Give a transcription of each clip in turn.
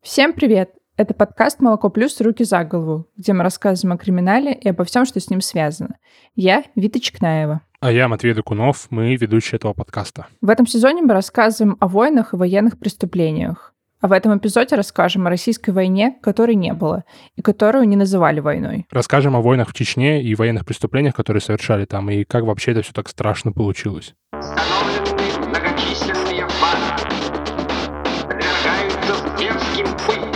Всем привет! Это подкаст «Молоко плюс. Руки за голову», где мы рассказываем о криминале и обо всем, что с ним связано. Я Вита Чекнаева. А я Матвей Докунов, мы ведущие этого подкаста. В этом сезоне мы рассказываем о войнах и военных преступлениях. А в этом эпизоде расскажем о российской войне, которой не было, и которую не называли войной. Расскажем о войнах в Чечне и военных преступлениях, которые совершали там, и как вообще это все так страшно получилось. Установленные многочисленные факты подвергаются зверским пыткам.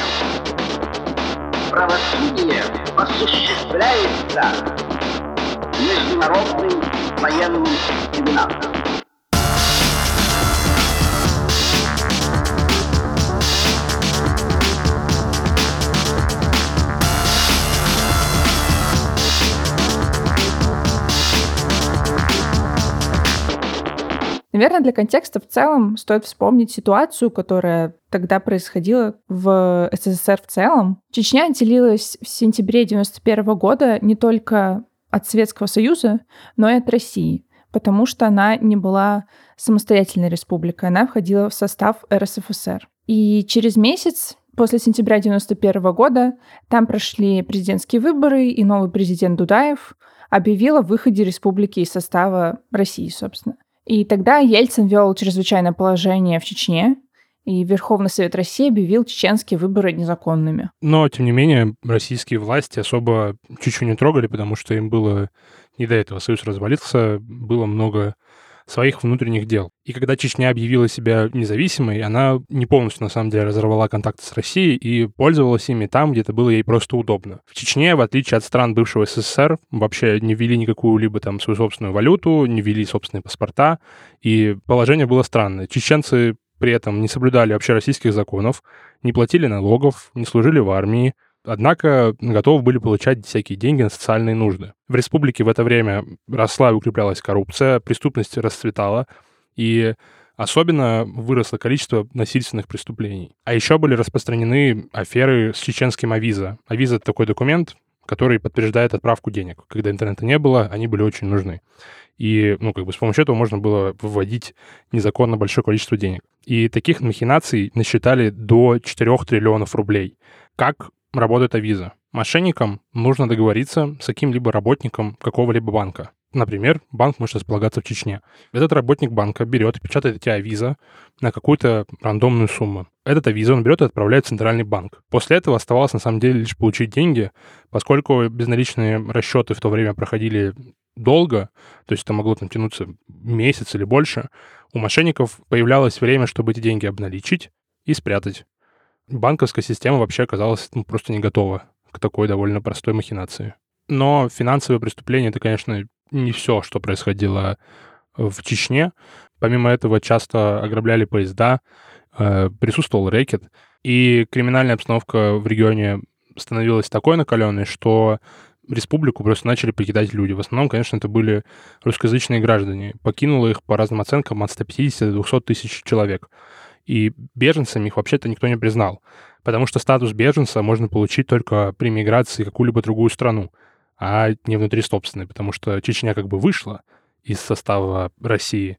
Правосудие осуществляется международным военным трибуналом. Наверное, для контекста в целом стоит вспомнить ситуацию, которая тогда происходила в СССР в целом. Чечня отделилась в сентябре 1991 года не только от Советского Союза, но и от России, потому что она не была самостоятельной республикой, она входила в состав РСФСР. И через месяц после сентября 1991 года там прошли президентские выборы, и новый президент Дудаев объявил о выходе республики из состава России, собственно. И тогда Ельцин ввел чрезвычайное положение в Чечне, и Верховный Совет России объявил чеченские выборы незаконными. Но, тем не менее, российские власти особо Чечню не трогали, потому что им было не до этого. Союз развалился, было много своих внутренних дел. И когда Чечня объявила себя независимой, она не полностью, на самом деле, разорвала контакты с Россией и пользовалась ими там, где это было ей просто удобно. В Чечне, в отличие от стран бывшего СССР, вообще не ввели никакую либо там свою собственную валюту, не ввели собственные паспорта, и положение было странное. Чеченцы при этом не соблюдали общероссийских законов, не платили налогов, не служили в армии, однако готовы были получать всякие деньги на социальные нужды. В республике в это время росла и укреплялась коррупция, преступность расцветала, и особенно выросло количество насильственных преступлений. А еще были распространены аферы с чеченским Авиза. Авиза — это такой документ, который подтверждает отправку денег. Когда интернета не было, они были очень нужны. И, с помощью этого можно было выводить незаконно большое количество денег. И таких махинаций насчитали до 4 триллионов рублей. Как работает Авиза? Мошенникам нужно договориться с каким-либо работником какого-либо банка. Например, банк может располагаться в Чечне. Этот работник банка берет и печатает эти Авиза на какую-то рандомную сумму. Этот Авиза он берет и отправляет в центральный банк. После этого оставалось, на самом деле, лишь получить деньги, поскольку безналичные расчеты в то время проходили долго, то есть это могло тянуться месяц или больше, у мошенников появлялось время, чтобы эти деньги обналичить и спрятать. Банковская система вообще оказалась просто не готова к такой довольно простой махинации. Но финансовые преступления — это, конечно, не все, что происходило в Чечне. Помимо этого, часто ограбляли поезда, присутствовал рэкет, и криминальная обстановка в регионе становилась такой накаленной, что республику просто начали покидать люди. В основном, конечно, это были русскоязычные граждане. Покинуло их, по разным оценкам, от 150 до 200 тысяч человек. И беженцами их вообще-то никто не признал, потому что статус беженца можно получить только при миграции в какую-либо другую страну, а не внутри собственной, потому что Чечня вышла из состава России,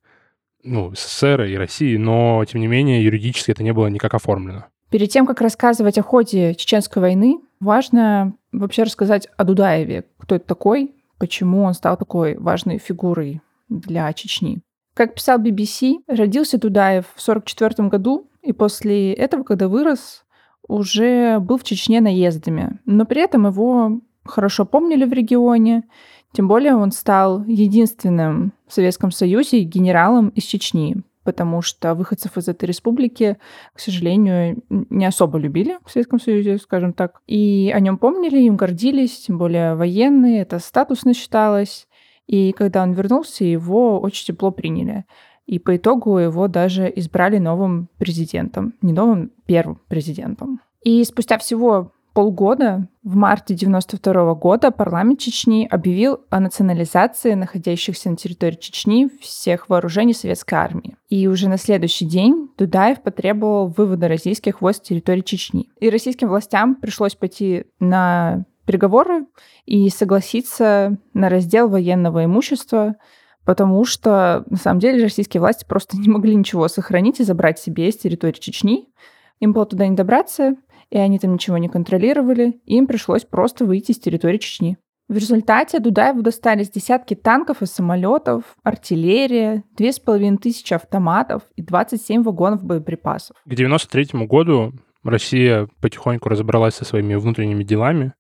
СССР и России, но, тем не менее, юридически это не было никак оформлено. Перед тем, как рассказывать о ходе Чеченской войны, важно вообще рассказать о Дудаеве. Кто это такой, почему он стал такой важной фигурой для Чечни. Как писал BBC, родился Дудаев в 1944 году, и после этого, когда вырос, уже был в Чечне наездами. Но при этом его хорошо помнили в регионе, тем более он стал единственным в Советском Союзе генералом из Чечни, потому что выходцев из этой республики, к сожалению, не особо любили в Советском Союзе, скажем так. И о нем помнили, им гордились, тем более военные, это статусно считалось. И когда он вернулся, его очень тепло приняли. И по итогу его даже избрали новым президентом. Не новым, первым президентом. И спустя всего полгода, в марте 1992 года, парламент Чечни объявил о национализации находящихся на территории Чечни всех вооружений советской армии. И уже на следующий день Дудаев потребовал вывода российских войск с территории Чечни. И российским властям пришлось пойти на переговоры и согласиться на раздел военного имущества, потому что, на самом деле, российские власти просто не могли ничего сохранить и забрать себе с территории Чечни. Им было туда не добраться, и они там ничего не контролировали, им пришлось просто выйти с территории Чечни. В результате Дудаеву достались десятки танков и самолетов, артиллерия, 2500 автоматов и 27 вагонов боеприпасов. К 1993 году Россия потихоньку разобралась со своими внутренними делами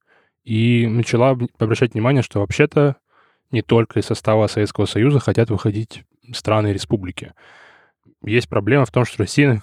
и начала обращать внимание, что вообще-то не только из состава Советского Союза хотят выходить страны и республики. Есть проблема в том, что Россия,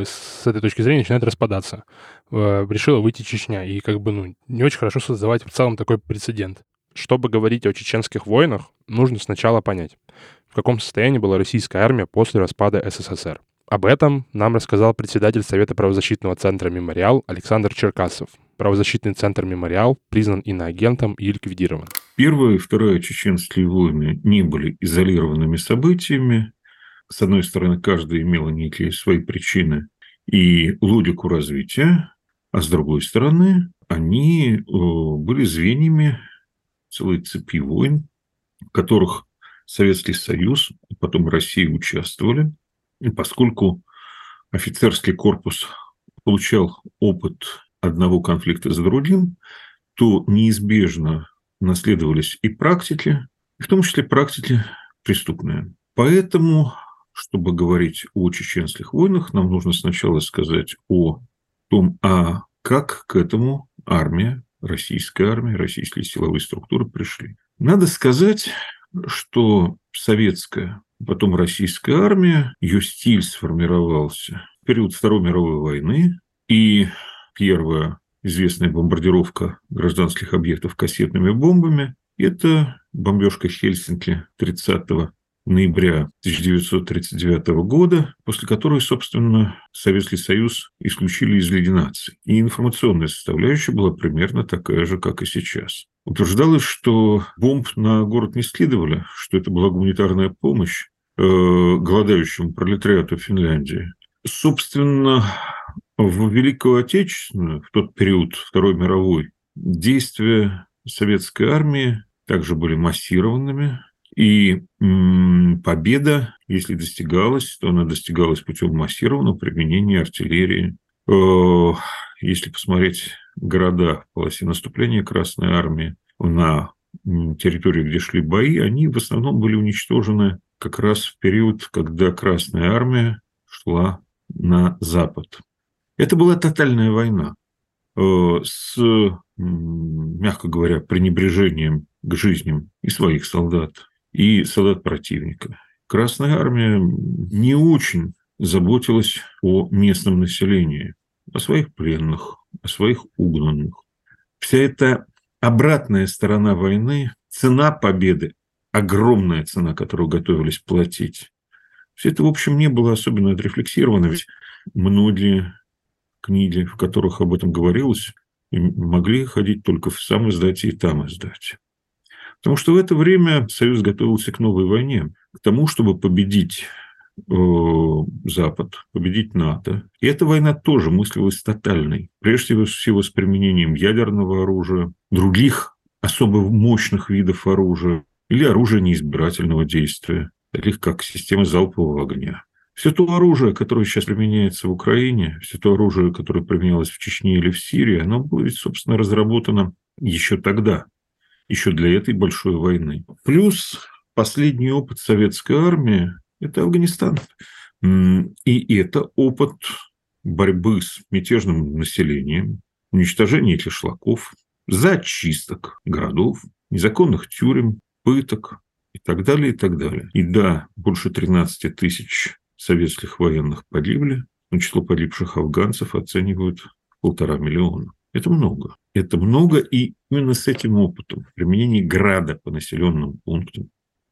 с этой точки зрения начинает распадаться. Решила выйти Чечня. И, не очень хорошо создавать в целом такой прецедент. Чтобы говорить о чеченских войнах, нужно сначала понять, в каком состоянии была российская армия после распада СССР. Об этом нам рассказал председатель Совета правозащитного центра «Мемориал» Александр Черкасов. Правозащитный центр «Мемориал» признан иноагентом и ликвидирован. Первая и Вторая чеченские войны не были изолированными событиями. С одной стороны, каждая имела некие свои причины и логику развития, а с другой стороны, они были звеньями целой цепи войн, в которых Советский Союз и потом Россия участвовали. И поскольку офицерский корпус получал опыт одного конфликта за другим, то неизбежно наследовались и практики, в том числе практики преступные. Поэтому, чтобы говорить о чеченских войнах, нам нужно сначала сказать о том, как к этому российская армия, российские силовые структуры пришли. Надо сказать, что советская, потом российская армия, ее стиль сформировался в период Второй мировой войны, и первая известная бомбардировка гражданских объектов кассетными бомбами – это бомбежка Хельсинки 30 ноября 1939 года, после которой, собственно, Советский Союз исключили из Лиги наций. И информационная составляющая была примерно такая же, как и сейчас. Утверждалось, что бомб на город не скидывали, что это была гуманитарная помощь голодающему пролетариату Финляндии. Собственно, в Великую Отечественную, в тот период Второй мировой, действия советской армии также были массированными. И победа, если достигалась, то она достигалась путем массированного применения артиллерии. Если посмотреть города в полосе наступления Красной Армии на территории, где шли бои, они в основном были уничтожены как раз в период, когда Красная Армия шла на запад. Это была тотальная война с, мягко говоря, пренебрежением к жизням и своих солдат, и солдат противника. Красная армия не очень заботилась о местном населении, о своих пленных, о своих угнанных. Вся эта обратная сторона войны, цена победы, огромная цена, которую готовились платить, все это, в общем, не было особенно отрефлексировано, ведь многие книги, в которых об этом говорилось, могли ходить только в сам издате и там издать. Потому что в это время Союз готовился к новой войне, к тому, чтобы победить Запад, победить НАТО. И эта война тоже мыслилась тотальной. Прежде всего с применением ядерного оружия, других особо мощных видов оружия или оружия неизбирательного действия, таких как системы залпового огня. Все то оружие, которое сейчас применяется в Украине, все то оружие, которое применялось в Чечне или в Сирии, оно было ведь, собственно, разработано еще тогда, еще для этой большой войны. Плюс последний опыт советской армии – это Афганистан. И это опыт борьбы с мятежным населением, уничтожения кишлаков, зачисток городов, незаконных тюрем, пыток и так далее, и так далее. И да, больше 13 тысяч советских военных погибли, но число погибших афганцев оценивают в 1,5 миллиона. Это много. Это много, и именно с этим опытом применения града по населенным пунктам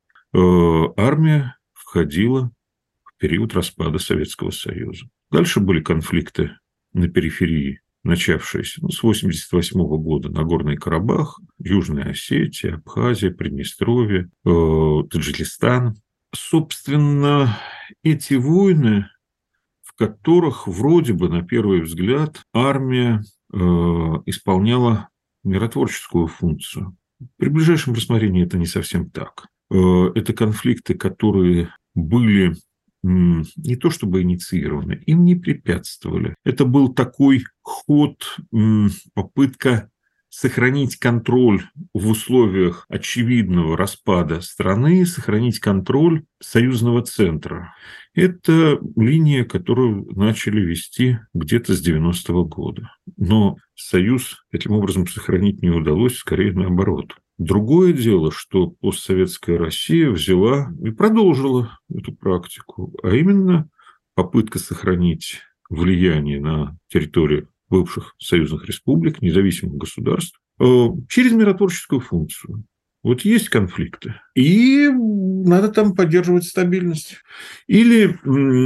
армия входила в период распада Советского Союза. Дальше были конфликты на периферии, начавшиеся с 1988 года. Нагорный Карабах, Южная Осетия, Абхазия, Приднестровье, Таджикистан. Собственно, эти войны, в которых вроде бы на первый взгляд армия исполняла миротворческую функцию. При ближайшем рассмотрении это не совсем так. Это конфликты, которые были не то чтобы инициированы, им не препятствовали. Это был такой ход, попытка сохранить контроль в условиях очевидного распада страны, сохранить контроль союзного центра. Это линия, которую начали вести где-то с 90-го года. Но союз таким образом сохранить не удалось, скорее наоборот. Другое дело, что постсоветская Россия взяла и продолжила эту практику, а именно попытка сохранить влияние на территории бывших союзных республик, независимых государств, через миротворческую функцию. Вот есть конфликты, и надо там поддерживать стабильность. Или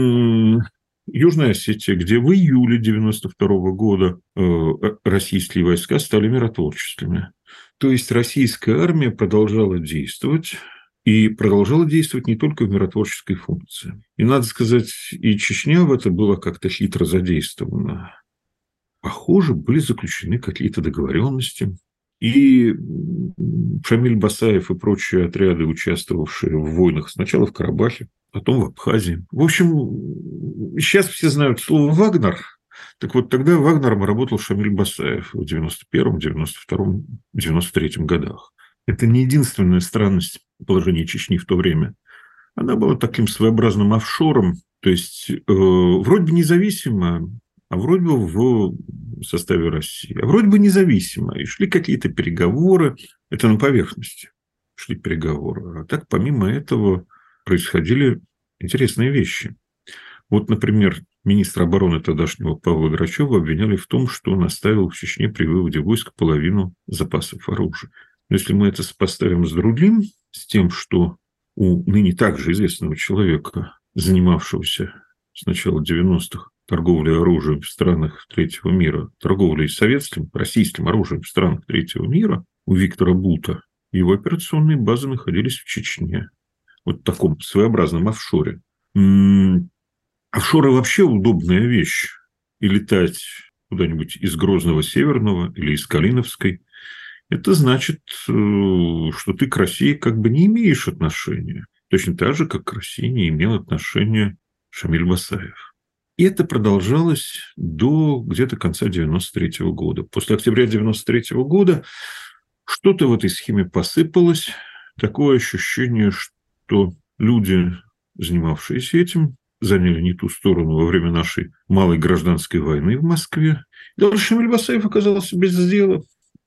Южная Осетия, где в июле 1992 года российские войска стали миротворческими. То есть российская армия продолжала действовать, и продолжала действовать не только в миротворческой функции. И, надо сказать, и Чечня в это была как-то хитро задействована. Похоже, были заключены какие-то договоренности. И Шамиль Басаев и прочие отряды, участвовавшие в войнах сначала в Карабахе, потом в Абхазии. В общем, сейчас все знают слово «Вагнер». Так вот, тогда Вагнером работал Шамиль Басаев в 91-м, 92-м, 93-м годах. Это не единственная странность положения Чечни в то время. Она была таким своеобразным офшором, то есть вроде бы независимо, а вроде бы в составе России, а вроде бы независимо. И шли какие-то переговоры. Это на поверхности шли переговоры. А так, помимо этого, происходили интересные вещи. Вот, например, министра обороны тогдашнего Павла Грачева обвиняли в том, что он оставил в Чечне при выводе войск половину запасов оружия. Но если мы это сопоставим с другим, с тем, что у ныне также известного человека, занимавшегося с начала 90-х торговлей оружием в странах третьего мира, торговлей советским, российским оружием в странах третьего мира, у Виктора Бута, его операционные базы находились в Чечне. Вот в таком своеобразном офшоре. Офшоры вообще удобная вещь. И летать куда-нибудь из Грозного Северного или из Калиновской, это значит, что ты к России как бы не имеешь отношения. Точно так же, как к России не имел отношения Шамиль Басаев. И это продолжалось до где-то конца 93-го года. После октября 93-го года что-то в этой схеме посыпалось. Такое ощущение, что люди, занимавшиеся этим, заняли не ту сторону во время нашей малой гражданской войны в Москве. И даже Шамиль Басаев оказался без дела.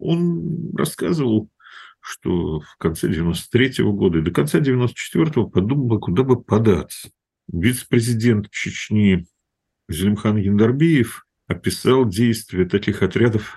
Он рассказывал, что в конце 93-го года и до конца 94-го подумал, куда бы податься. Вице-президент Чечни Зелимхан Яндарбиев описал действия таких отрядов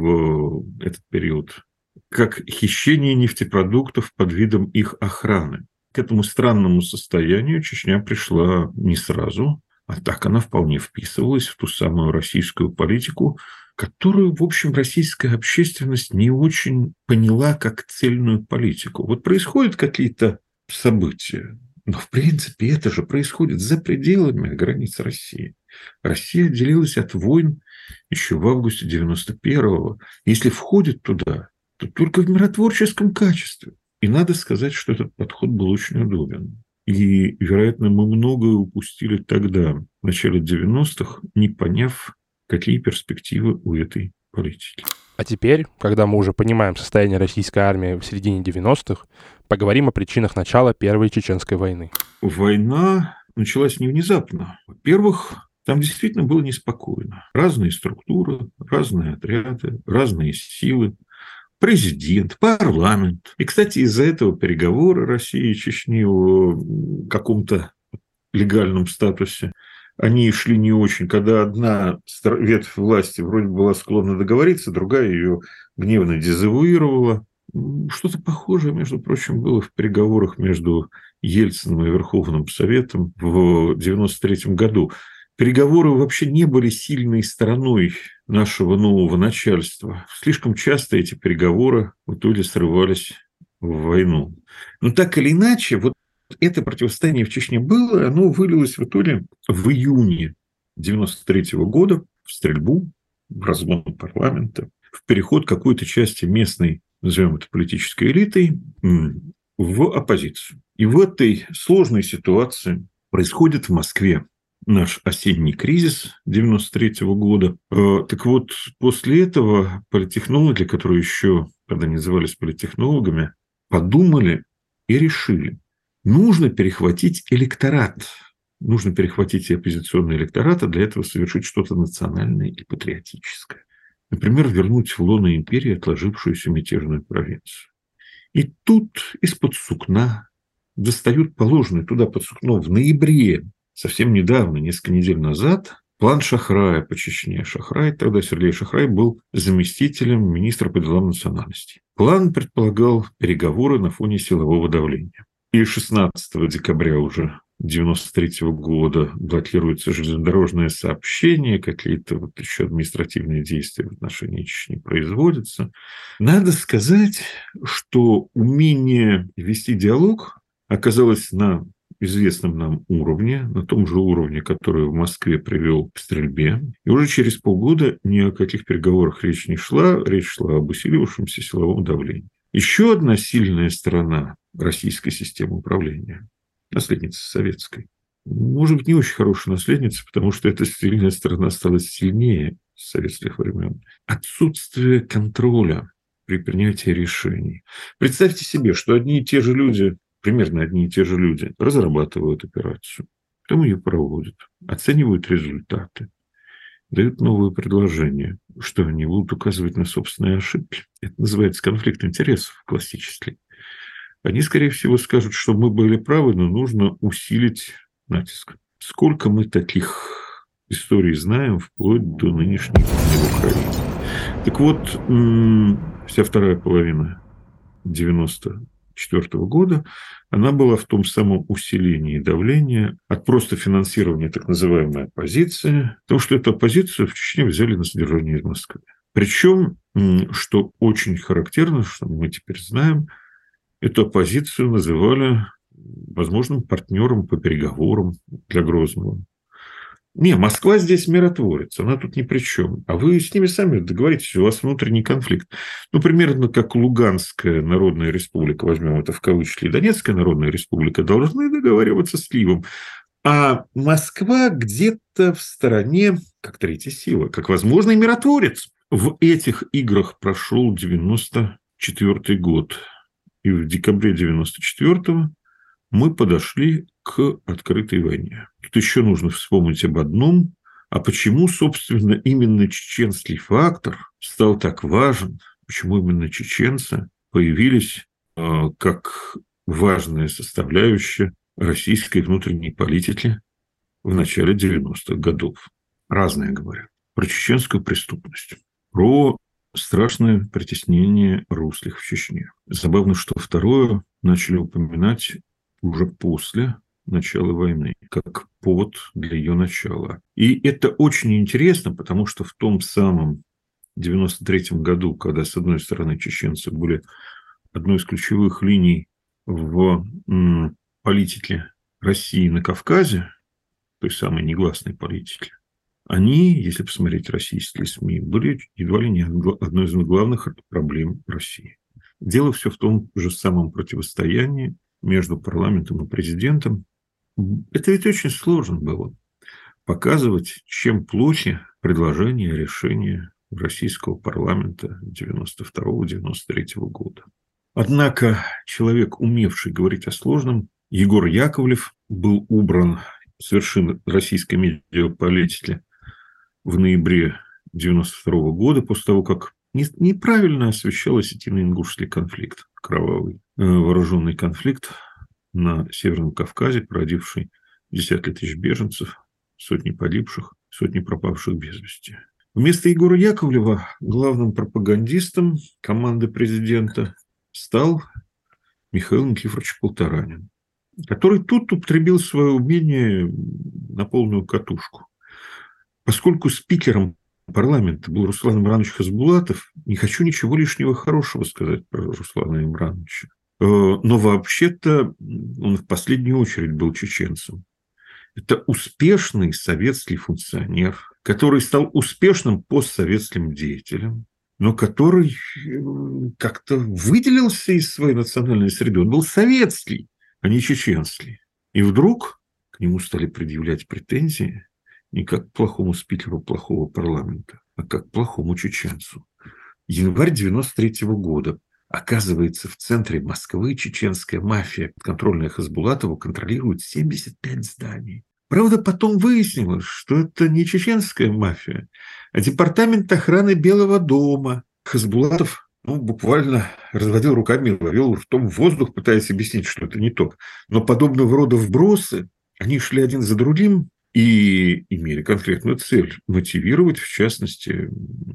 в этот период как хищение нефтепродуктов под видом их охраны. К этому странному состоянию Чечня пришла не сразу, а так она вполне вписывалась в ту самую российскую политику, которую, в общем, российская общественность не очень поняла как цельную политику. Вот происходят какие-то события, но, в принципе, это же происходит за пределами границ России. Россия отделилась от войн еще в августе 91-го. Если входит туда, то только в миротворческом качестве. И надо сказать, что этот подход был очень удобен. И, вероятно, мы многое упустили тогда, в начале 90-х, не поняв, какие перспективы у этой политики. А теперь, когда мы уже понимаем состояние российской армии в середине 90-х, поговорим о причинах начала Первой Чеченской войны. Война началась не внезапно. Во-первых, там действительно было неспокойно. Разные структуры, разные отряды, разные силы. Президент, парламент. И, кстати, из-за этого переговоры России и Чечни о каком-то легальном статусе, они шли не очень. Когда одна ветвь власти вроде была склонна договориться, другая ее гневно дезавуировала. Что-то похожее, между прочим, было в переговорах между Ельциным и Верховным Советом в 1993 году. Переговоры вообще не были сильной стороной нашего нового начальства. Слишком часто эти переговоры в итоге срывались в войну. Но так или иначе, вот это противостояние в Чечне было, оно вылилось в итоге в июне 1993 года в стрельбу, в разгон парламента, в переход какой-то части местной, назовем это политической элитой, в оппозицию. И в этой сложной ситуации Происходит в Москве наш осенний кризис 93-го года. Так вот, после этого политтехнологи, которые еще, когда не назывались политтехнологами, подумали и решили, нужно перехватить электорат. Нужно перехватить и оппозиционный электорат, а для этого совершить что-то национальное и патриотическое. Например, вернуть в лоно империи отложившуюся мятежную провинцию. И тут из-под сукна достают положенный туда под сукно в ноябре, совсем недавно, несколько недель назад, план Шахрая по Чечне. Тогда Сергей Шахрай был заместителем министра по делам национальностей. План предполагал переговоры на фоне силового давления. И 16 декабря уже 1993 года блокируется железнодорожное сообщение, какие-то еще административные действия в отношении Чечни производятся. Надо сказать, что умение вести диалог оказалось на известном нам уровне, на том же уровне, который в Москве привел к стрельбе. И уже через полгода ни о каких переговорах речь не шла. Речь шла об усилившемся силовом давлении. Еще одна сильная сторона российской системы управления – наследница советской. Может быть, не очень хорошая наследница, потому что эта сильная сторона стала сильнее с советских времен. Отсутствие контроля при принятии решений. Представьте себе, что одни и те же люди, примерно одни и те же люди, разрабатывают операцию, потом ее проводят, оценивают результаты, дают новые предложения, что они будут указывать на собственные ошибки. Это называется конфликт интересов классический. Они, скорее всего, скажут, что мы были правы, но нужно усилить натиск. Сколько мы таких историй знаем, вплоть до нынешней в Украине. Так вот, вся вторая половина 1994 года, она была в том самом усилении давления от просто финансирования так называемой оппозиции, потому что эту оппозицию в Чечне взяли на содержание из Москвы. Причем, что очень характерно, что мы теперь знаем, эту оппозицию называли возможным партнером по переговорам для Грозного. Не, Москва здесь миротворец, она тут ни при чем. А вы с ними сами договоритесь, у вас внутренний конфликт. Примерно как Луганская Народная Республика, возьмем это в кавычки, и Донецкая Народная Республика должны договариваться с Киевом. А Москва где-то в стороне, как третья сила, как возможный миротворец. В этих играх прошел 1994 год. И в декабре 1994 мы подошли к открытой войне. Тут еще нужно вспомнить об одном. А почему, собственно, именно чеченский фактор стал так важен? Почему именно чеченцы появились как важная составляющая российской внутренней политики в начале 90-х годов? Разное говорят. Про чеченскую преступность. Про страшное притеснение русских в Чечне. Забавно, что второе начали упоминать уже после начала войны, как повод для ее начала. И это очень интересно, потому что в том самом 93-м году, когда, с одной стороны, чеченцы были одной из ключевых линий в политике России на Кавказе, той самой негласной политике, они, если посмотреть российские СМИ, были едва ли не одной из главных проблем России. Дело все в том же самом противостоянии между парламентом и президентом. Это ведь очень сложно было показывать, чем плохи предложения, решения российского парламента 92-93 года. Однако человек, умевший говорить о сложном, Егор Яковлев, был убран с вершины российской медиаполитики в ноябре 92 года, после того, как неправильно освещал осетино-ингушский конфликт, кровавый вооруженный конфликт на Северном Кавказе, породивший десятки тысяч беженцев, сотни погибших, сотни пропавших без вести. Вместо Егора Яковлева главным пропагандистом команды президента стал Михаил Никифорович Полторанин, который тут употребил свое умение на полную катушку. Поскольку спикером парламента был Руслан Имранович Хасбулатов, не хочу ничего лишнего хорошего сказать про Руслана Имрановича. Но вообще-то он в последнюю очередь был чеченцем. Это успешный советский функционер, который стал успешным постсоветским деятелем, но который как-то выделился из своей национальной среды. Он был советский, а не чеченский. И вдруг к нему стали предъявлять претензии не как к плохому спикеру плохого парламента, а как к плохому чеченцу. Январь 1993 года. Оказывается, в центре Москвы чеченская мафия, подконтрольная Хасбулатову, контролирует 75 зданий. Правда, потом выяснилось, что это не чеченская мафия, а департамент охраны Белого дома. Хасбулатов буквально разводил руками и ловил ртом в воздух, пытаясь объяснить, что это не то. Но подобного рода вбросы, они шли один за другим и имели конкретную цель – мотивировать, в частности,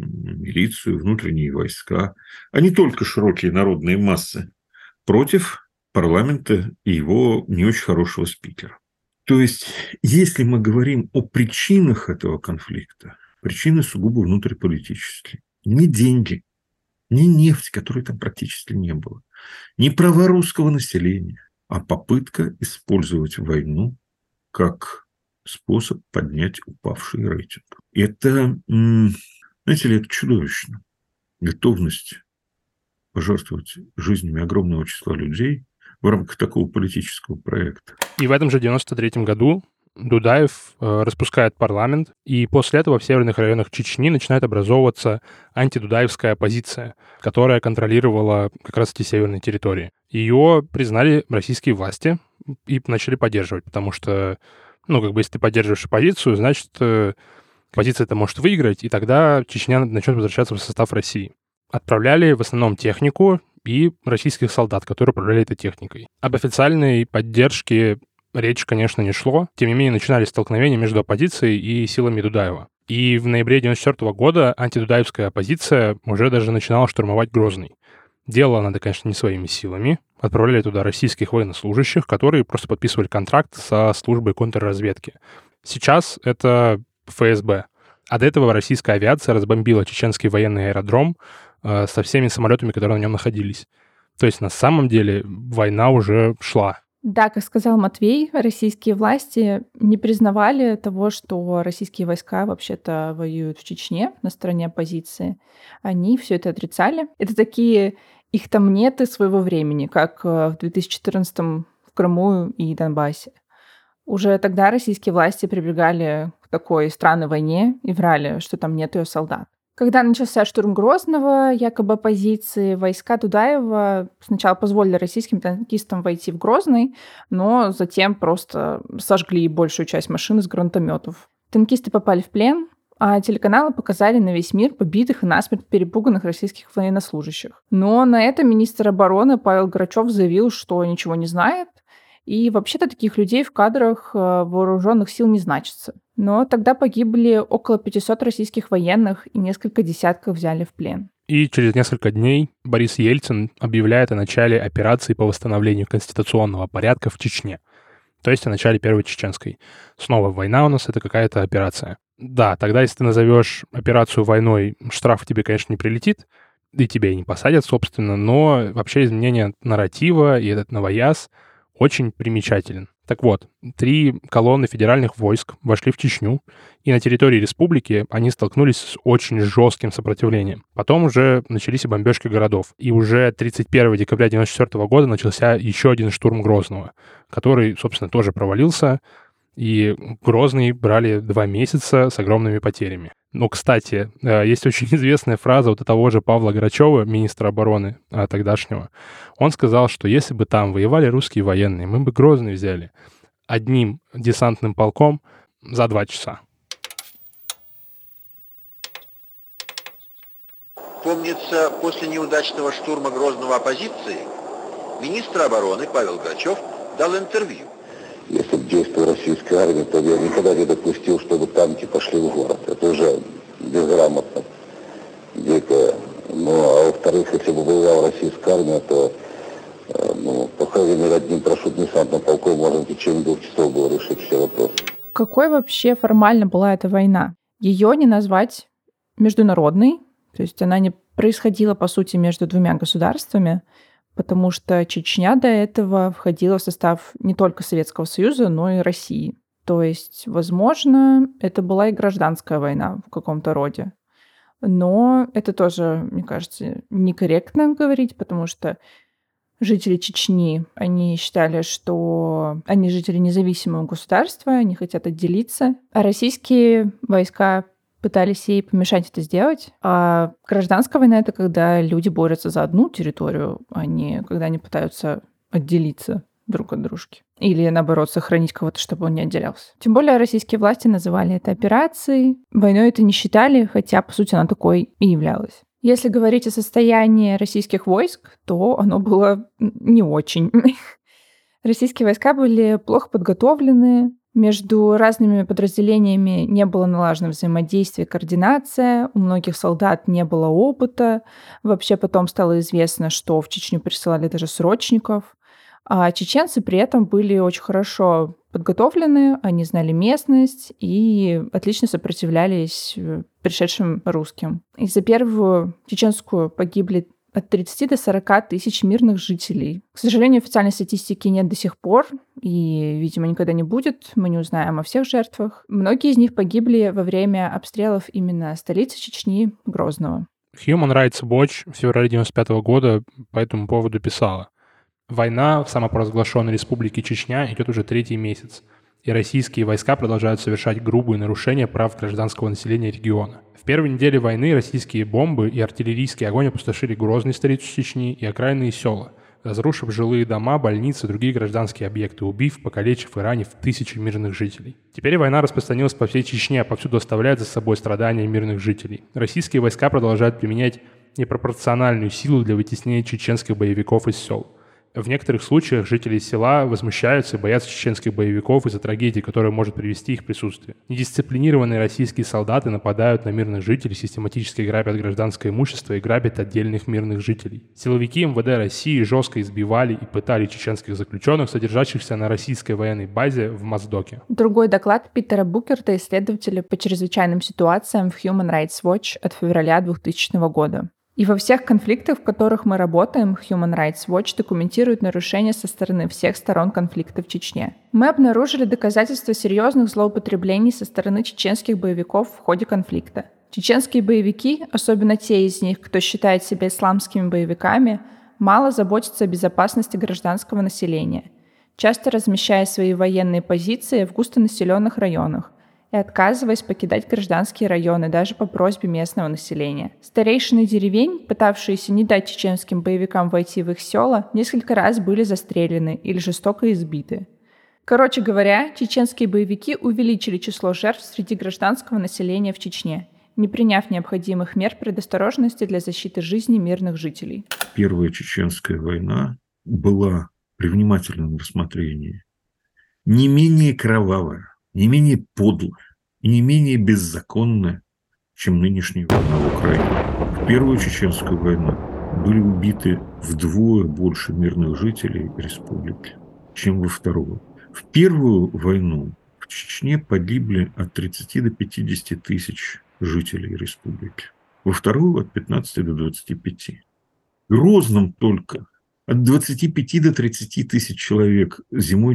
милицию, внутренние войска, а не только широкие народные массы, против парламента и его не очень хорошего спикера. То есть, если мы говорим о причинах этого конфликта, причины сугубо внутриполитические. Не деньги, не нефть, которой там практически не было, не права русского населения, а попытка использовать войну как способ поднять упавший рейтинг. Это, знаете ли, это чудовищно. Готовность пожертвовать жизнями огромного числа людей в рамках такого политического проекта. И в этом же 93-м году Дудаев распускает парламент, и после этого в северных районах Чечни начинает образовываться антидудаевская оппозиция, которая контролировала как раз эти северные территории. Ее признали российские власти и начали поддерживать, потому что, если ты поддерживаешь оппозицию, значит, оппозиция-то может выиграть, и тогда Чечня начнет возвращаться в состав России. Отправляли в основном технику и российских солдат, которые управляли этой техникой. Об официальной поддержке речь, конечно, не шло. Тем не менее, начинались столкновения между оппозицией и силами Дудаева. И в ноябре 1994 года антидудаевская оппозиция уже даже начинала штурмовать Грозный. Делала она это, конечно, не своими силами. Отправляли туда российских военнослужащих, которые просто подписывали контракт со службой контрразведки. Сейчас это ФСБ. А до этого российская авиация разбомбила чеченский военный аэродром со всеми самолетами, которые на нем находились. То есть на самом деле война уже шла. Да, как сказал Матвей, российские власти не признавали того, что российские войска вообще-то воюют в Чечне на стороне оппозиции. Они все это отрицали. Это такие их там нет и своего времени, как в 2014-м в Крыму и Донбассе. Уже тогда российские власти прибегали к такой странной войне и врали, что там нет ее солдат. Когда начался штурм Грозного, якобы оппозиции, войска Дудаева сначала позволили российским танкистам войти в Грозный, но затем просто сожгли большую часть машин из гранатометов. Танкисты попали в плен, а телеканалы показали на весь мир побитых и насмерть перепуганных российских военнослужащих. Но на это министр обороны Павел Грачев заявил, что ничего не знает, и вообще-то таких людей в кадрах вооруженных сил не значится. Но тогда погибли около 500 российских военных и несколько десятков взяли в плен. И через несколько дней Борис Ельцин объявляет о начале операции по восстановлению конституционного порядка в Чечне. То есть о начале Первой Чеченской. Снова война у нас — это какая-то операция. Да, тогда если ты назовешь операцию войной, штраф тебе, конечно, не прилетит, и тебя и не посадят, собственно, но вообще изменение нарратива и этот новояз очень примечателен. Так вот, 3 колонны федеральных войск вошли в Чечню, и на территории республики они столкнулись с очень жестким сопротивлением. Потом уже начались и бомбежки городов. И уже 31 декабря 1994 года начался еще один штурм Грозного, который, собственно, тоже провалился, и Грозный брали 2 месяца с огромными потерями. Но, кстати, есть очень известная фраза вот того же Павла Грачева, министра обороны тогдашнего. Он сказал, что если бы там воевали русские военные, мы бы Грозный взяли одним десантным полком за 2 часа. Помнится, после неудачного штурма Грозного оппозиции министр обороны Павел Грачев дал интервью. Если бы действовала российская армия, то я никогда не допустил, чтобы танки пошли в город. Это уже безграмотно, дико. Ну, а во-вторых, если бы воевала российская армия, то, по крайней мере, одним парашютно-десантным полком можно в течение 2 часов было решить все вопросы. Какой вообще формально была эта война? Ее не назвать международной, то есть она не происходила, по сути, между 2 государствами, потому что Чечня до этого входила в состав не только Советского Союза, но и России. То есть, возможно, это была и гражданская война в каком-то роде. Но это тоже, мне кажется, некорректно говорить, потому что жители Чечни, они считали, что они жители независимого государства, они хотят отделиться, а российские войска пытались ей помешать это сделать. А гражданская война — это когда люди борются за одну территорию, а не когда они пытаются отделиться друг от дружки. Или, наоборот, сохранить кого-то, чтобы он не отделялся. Тем более российские власти называли это операцией. Войной это не считали, хотя, по сути, она такой и являлась. Если говорить о состоянии российских войск, то оно было не очень. Российские войска были плохо подготовлены, между разными подразделениями не было налажено взаимодействие, координация, у многих солдат не было опыта. Вообще потом стало известно, что в Чечню присылали даже срочников. А чеченцы при этом были очень хорошо подготовлены, они знали местность и отлично сопротивлялись пришедшим русским. И за первую чеченскую погибли от 30 до 40 тысяч мирных жителей. К сожалению, официальной статистики нет до сих пор, и, видимо, никогда не будет. Мы не узнаем о всех жертвах. Многие из них погибли во время обстрелов именно столицы Чечни, Грозного. Human Rights Watch в феврале 1995 года по этому поводу писала: «Война в самопровозглашенной республике Чечня идет уже 3-й месяц, и российские войска продолжают совершать грубые нарушения прав гражданского населения региона. В первой неделе войны российские бомбы и артиллерийский огонь опустошили Грозный, столицу Чечни, и окраинные села, разрушив жилые дома, больницы и другие гражданские объекты, убив, покалечив и ранив тысячи мирных жителей. Теперь война распространилась по всей Чечне, а повсюду оставляет за собой страдания мирных жителей. Российские войска продолжают применять непропорциональную силу для вытеснения чеченских боевиков из сел. В некоторых случаях жители села возмущаются и боятся чеченских боевиков из-за трагедии, которая может привести их присутствие. Недисциплинированные российские солдаты нападают на мирных жителей, систематически грабят гражданское имущество и грабят отдельных мирных жителей. Силовики МВД России жестко избивали и пытали чеченских заключенных, содержащихся на российской военной базе в Моздоке. Другой доклад Питера Букерта, исследователя по чрезвычайным ситуациям в Human Rights Watch от февраля 2000 года. И во всех конфликтах, в которых мы работаем, Human Rights Watch документирует нарушения со стороны всех сторон конфликта в Чечне. Мы обнаружили доказательства серьезных злоупотреблений со стороны чеченских боевиков в ходе конфликта. Чеченские боевики, особенно те из них, кто считает себя исламскими боевиками, мало заботятся о безопасности гражданского населения, часто размещая свои военные позиции в густонаселенных районах и отказываясь покидать гражданские районы даже по просьбе местного населения. Старейшины деревень, пытавшиеся не дать чеченским боевикам войти в их села, несколько раз были застрелены или жестоко избиты. Короче говоря, чеченские боевики увеличили число жертв среди гражданского населения в Чечне, не приняв необходимых мер предосторожности для защиты жизни мирных жителей. Первая чеченская война была при внимательном рассмотрении не менее кровавая, не менее подлая и не менее беззаконная, чем нынешняя война в Украине. В Первую чеченскую войну были убиты вдвое больше мирных жителей республики, чем во Вторую. В Первую войну в Чечне погибли от 30 до 50 тысяч жителей республики. Во Вторую от 15 до 25. В Грозном только от 25 до 30 тысяч человек зимой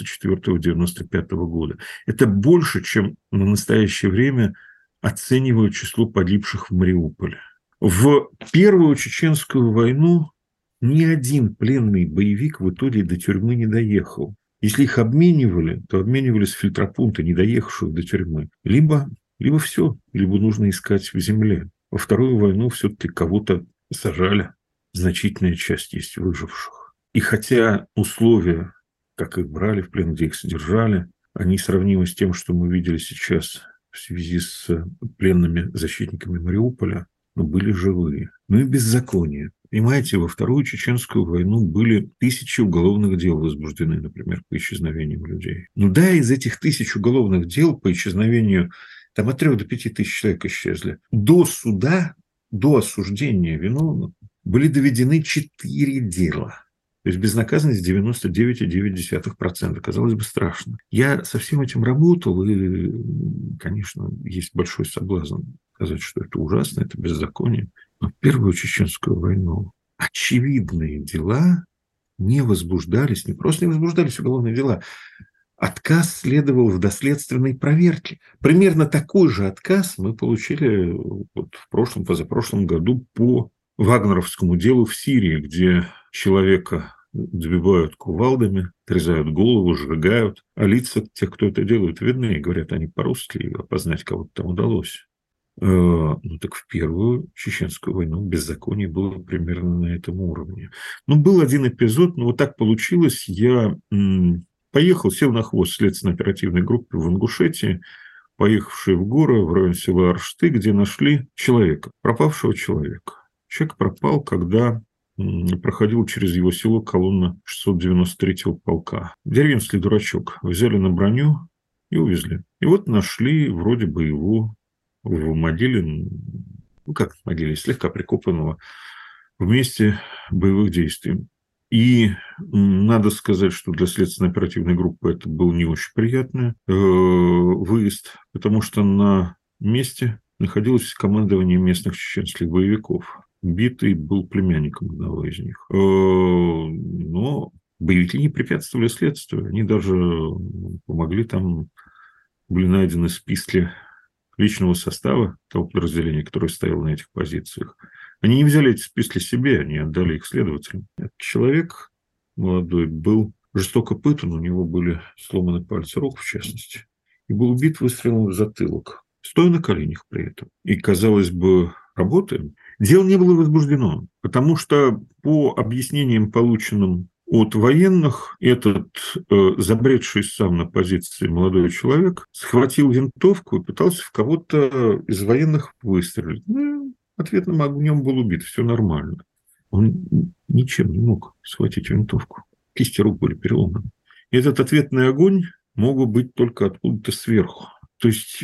94-95 года. Это больше, чем на настоящее время оценивают число погибших в Мариуполе. В Первую чеченскую войну ни один пленный боевик в итоге до тюрьмы не доехал. Если их обменивали, то обменивали с фильтропункта, не доехавших до тюрьмы. Либо все, либо нужно искать в земле. Во Вторую войну все-таки кого-то сажали. Значительная часть есть выживших. И хотя условия, как их брали в плен, где их содержали, они сравнимы с тем, что мы видели сейчас в связи с пленными защитниками Мариуполя, но были живые. Ну и беззаконие. Понимаете, во Вторую чеченскую войну были 1000 уголовных дел возбуждены, например, по исчезновению людей. Ну да, из этих 1000 уголовных дел по исчезновению там от 3 до 5 тысяч человек исчезли. До суда, до осуждения виновных были доведены 4 дела. То есть безнаказанность 99,9%. Казалось бы, страшно. Я со всем этим работал, и, конечно, есть большой соблазн сказать, что это ужасно, это беззаконие. Но в Первую чеченскую войну очевидные дела не возбуждались, не просто не возбуждались уголовные дела. Отказ следовал в доследственной проверке. Примерно такой же отказ мы получили в прошлом, позапрошлом году по вагнеровскому делу в Сирии, где человека добивают кувалдами, отрезают голову, сжигают, а лица тех, кто это делает, видны, и говорят, они по-русски, и опознать кого-то там удалось. Ну, так в Первую Чеченскую войну беззаконие было примерно на этом уровне. Ну, был один эпизод, но вот так получилось. Я поехал, сел на хвост следственно-оперативной группы в Ингушетии, поехавшие в горы в районе села Аршты, где нашли человека, пропавшего человека. Человек пропал, когда проходил через его село колонна 693-го полка. Деревенский дурачок. Взяли на броню и увезли. И вот нашли вроде бы его в могиле, ну как в могиле, слегка прикопанного в месте боевых действий. И надо сказать, что для следственно-оперативной группы это был не очень приятный выезд, потому что на месте находилось командование местных чеченских боевиков. Битый был племянником одного из них. Но боевики не препятствовали следствию. Они даже помогли, там были найдены списки личного состава того подразделения, которое стояло на этих позициях. Они не взяли эти списки себе, они отдали их следователям. Этот человек молодой был жестоко пытан, у него были сломаны пальцы рук, в частности, и был убит выстрелом в затылок, стоя на коленях при этом. И, казалось бы, работаем. Дело не было возбуждено, потому что по объяснениям, полученным от военных, этот забредший сам на позиции молодой человек схватил винтовку и пытался в кого-то из военных выстрелить. Ну, ответным огнем был убит, все нормально. Он ничем не мог схватить винтовку. Кисти рук были переломаны. И этот ответный огонь мог быть только откуда-то сверху. То есть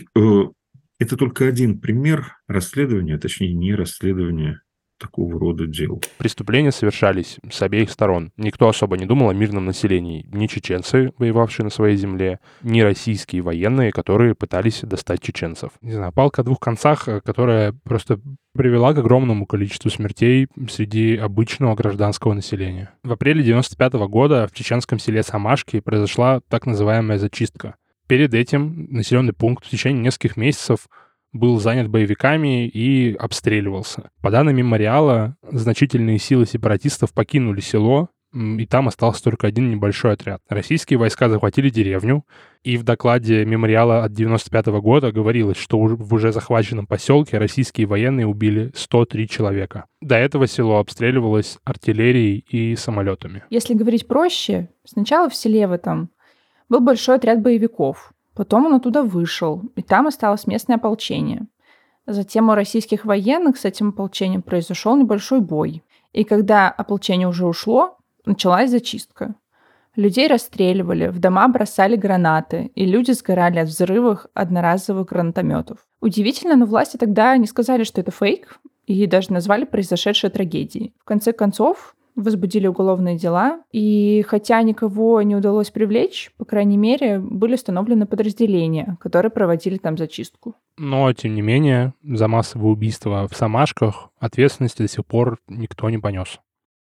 это только один пример расследования, а точнее не расследования такого рода дел. Преступления совершались с обеих сторон. Никто особо не думал о мирном населении. Ни чеченцы, воевавшие на своей земле, ни российские военные, которые пытались достать чеченцев. Не знаю, палка о двух концах, которая просто привела к огромному количеству смертей среди обычного гражданского населения. В апреле 1995 года в чеченском селе Самашки произошла так называемая зачистка. Перед этим населенный пункт в течение нескольких месяцев был занят боевиками и обстреливался. По данным мемориала, значительные силы сепаратистов покинули село, и там остался только один небольшой отряд. Российские войска захватили деревню, и в докладе мемориала от 1995 года говорилось, что в уже захваченном поселке российские военные убили 103 человека. До этого село обстреливалось артиллерией и самолетами. Если говорить проще, сначала в селе в этом был большой отряд боевиков. Потом он оттуда вышел, и там осталось местное ополчение. Затем у российских военных с этим ополчением произошел небольшой бой. И когда ополчение уже ушло, началась зачистка. Людей расстреливали, в дома бросали гранаты, и люди сгорали от взрывов одноразовых гранатометов. Удивительно, но власти тогда не сказали, что это фейк, и даже назвали произошедшее трагедией. В конце концов, возбудили уголовные дела, и хотя никого не удалось привлечь, по крайней мере, были установлены подразделения, которые проводили там зачистку. Но, тем не менее, за массовое убийство в Самашках ответственности до сих пор никто не понес.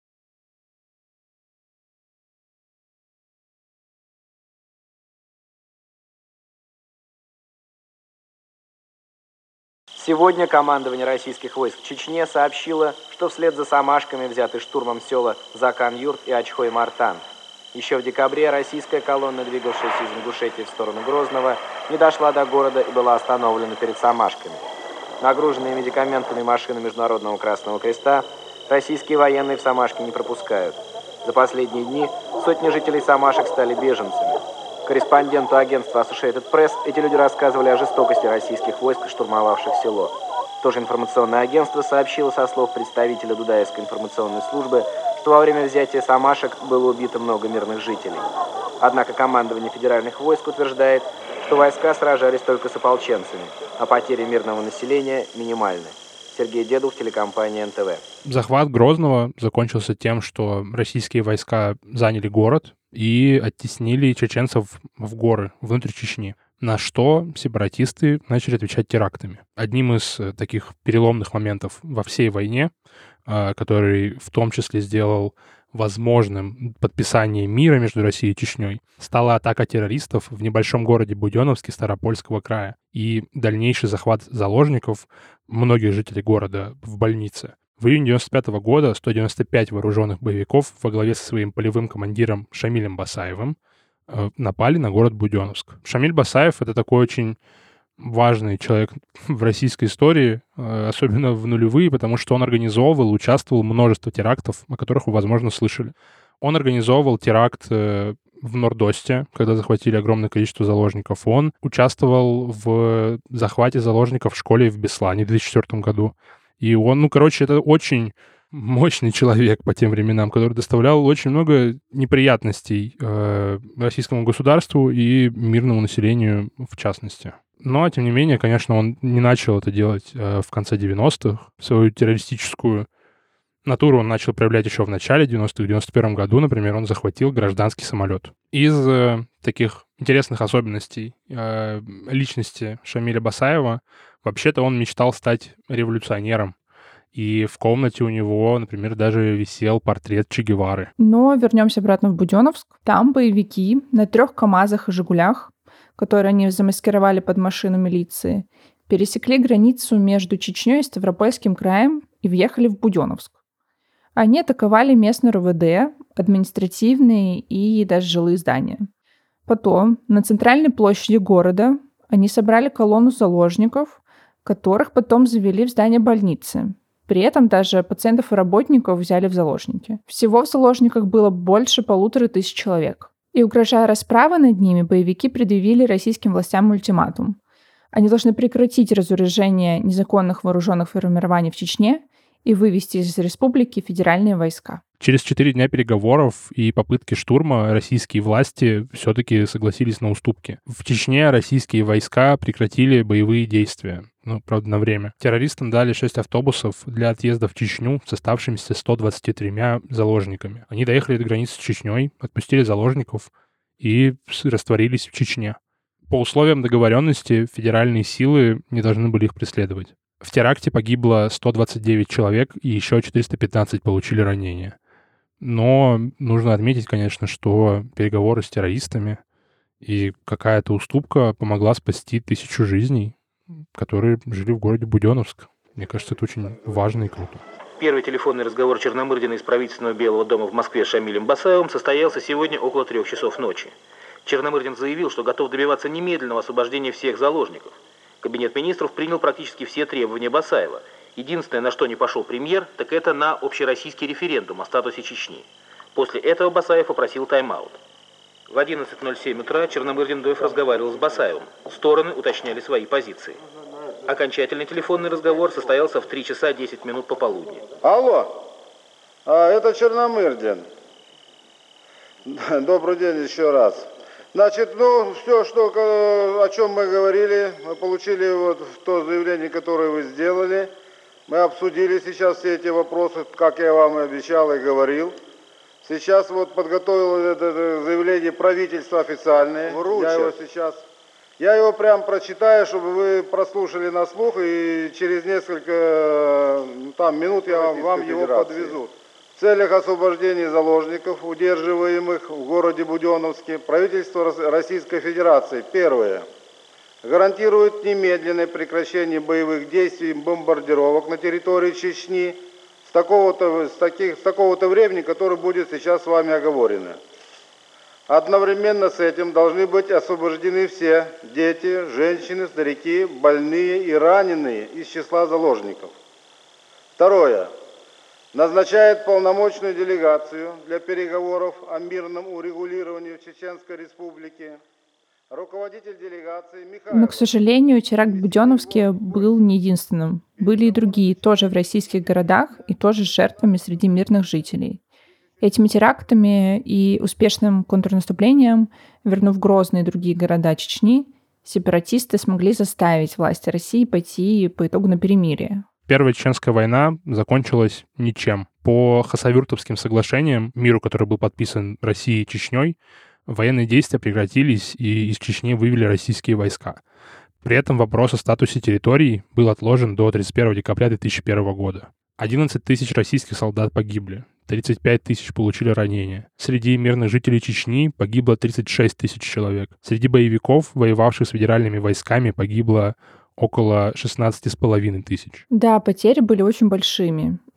Сегодня командование российских войск в Чечне сообщило, что вслед за Самашками взяты штурмом села Закан-Юрт и Ачхой-Мартан. Еще в декабре российская колонна, двигавшаяся из Ингушетии в сторону Грозного, не дошла до города и была остановлена перед Самашками. Нагруженные медикаментами машины Международного Красного Креста российские военные в Самашки не пропускают. За последние дни сотни жителей Самашек стали беженцами. Корреспонденту агентства Associated Press эти люди рассказывали о жестокости российских войск, штурмовавших село. Тоже информационное агентство сообщило со слов представителя Дудаевской информационной службы, что во время взятия Самашек было убито много мирных жителей. Однако командование федеральных войск утверждает, что войска сражались только с ополченцами, а потери мирного населения минимальны. Сергей Дедух, телекомпания НТВ. Захват Грозного закончился тем, что российские войска заняли город и оттеснили чеченцев в горы внутрь Чечни, на что сепаратисты начали отвечать терактами. Одним из таких переломных моментов во всей войне, который в том числе сделал возможным подписание мира между Россией и Чечней, стала атака террористов в небольшом городе Буденновске Ставропольского края и дальнейший захват заложников многих жителей города в больнице. В июне 1995 года 195 вооруженных боевиков во главе со своим полевым командиром Шамилем Басаевым напали на город Буденновск. Шамиль Басаев — это такой очень важный человек в российской истории, особенно в нулевые, потому что он организовывал, участвовал в множестве терактов, о которых вы, возможно, слышали. Он организовывал теракт в Нордосте, когда захватили огромное количество заложников. Он участвовал в захвате заложников в школе в Беслане в 2004 году. И он, это очень мощный человек по тем временам, который доставлял очень много неприятностей российскому государству и мирному населению в частности. Но, тем не менее, конечно, он не начал это делать в конце 90-х. Свою террористическую натуру он начал проявлять еще в начале 90-х. В 91 году, например, он захватил гражданский самолет. Из таких интересных особенностей личности Шамиля Басаева, вообще-то он мечтал стать революционером. И в комнате у него, например, даже висел портрет Че Гевары. Но вернемся обратно в Буденновск. Там боевики на 3 КАМАЗах и «Жигулях», которые они замаскировали под машину милиции, пересекли границу между Чечней и Ставропольским краем и въехали в Буденновск. Они атаковали местный РУВД, административные и даже жилые здания. Потом на центральной площади города они собрали колонну заложников, которых потом завели в здание больницы. При этом даже пациентов и работников взяли в заложники. Всего в заложниках было больше 1500 человек. И, угрожая расправой над ними, боевики предъявили российским властям ультиматум. Они должны прекратить разоружение незаконных вооруженных формирований в Чечне и вывести из республики федеральные войска. Через 4 дня переговоров и попытки штурма российские власти все-таки согласились на уступки. В Чечне российские войска прекратили боевые действия. Правда, на время. Террористам дали 6 автобусов для отъезда в Чечню с оставшимися 123 заложниками. Они доехали до границы с Чечней, отпустили заложников и растворились в Чечне. По условиям договоренности федеральные силы не должны были их преследовать. В теракте погибло 129 человек, и еще 415 получили ранения. Но нужно отметить, конечно, что переговоры с террористами и какая-то уступка помогла спасти 1000 жизней, которые жили в городе Буденновск. Мне кажется, это очень важно и круто. Первый телефонный разговор Черномырдина из правительственного Белого дома в Москве с Шамилем Басаевым состоялся сегодня около 3 часов ночи. Черномырдин заявил, что готов добиваться немедленного освобождения всех заложников. Кабинет министров принял практически все требования Басаева. Единственное, на что не пошел премьер, так это на общероссийский референдум о статусе Чечни. После этого Басаев попросил тайм-аут. В 11:07 утра Черномырдин-Дойв разговаривал с Басаевым. Стороны уточняли свои позиции. Окончательный телефонный разговор состоялся в 3 часа 10 минут пополудни. Алло, это Черномырдин. Добрый день еще раз. Значит, все, о чем мы говорили, мы получили то заявление, которое вы сделали. Мы обсудили сейчас все эти вопросы, как я вам и обещал и говорил. Сейчас подготовил это заявление правительства официальное. Я его прям прочитаю, чтобы вы прослушали на слух, и через несколько минут я вам его подвезу. В целях освобождения заложников, удерживаемых в городе Буденновске, правительство Российской Федерации, первое, гарантирует немедленное прекращение боевых действий и бомбардировок на территории Чечни с такого-то времени, которое будет сейчас с вами оговорено. Одновременно с этим должны быть освобождены все дети, женщины, старики, больные и раненые из числа заложников. Второе. Назначает полномочную делегацию для переговоров о мирном урегулировании в Чеченской Республике. Руководитель делегации Михаил... Но, к сожалению, теракт в Буденновске был не единственным. Были и другие, тоже в российских городах, и тоже с жертвами среди мирных жителей. Этими терактами и успешным контрнаступлением, вернув Грозный и другие города Чечни, сепаратисты смогли заставить власти России пойти по итогу на перемирие. Первая Чеченская война закончилась ничем. По Хасавюртовским соглашениям, миру, который был подписан Россией и Чечней, военные действия прекратились, и из Чечни вывели российские войска. При этом вопрос о статусе территорий был отложен до 31 декабря 2001 года. 11 тысяч российских солдат погибли, 35 тысяч получили ранения. Среди мирных жителей Чечни погибло 36 тысяч человек. Среди боевиков, воевавших с федеральными войсками, погибло около 16,5 тысяч. Да, потери были очень большими.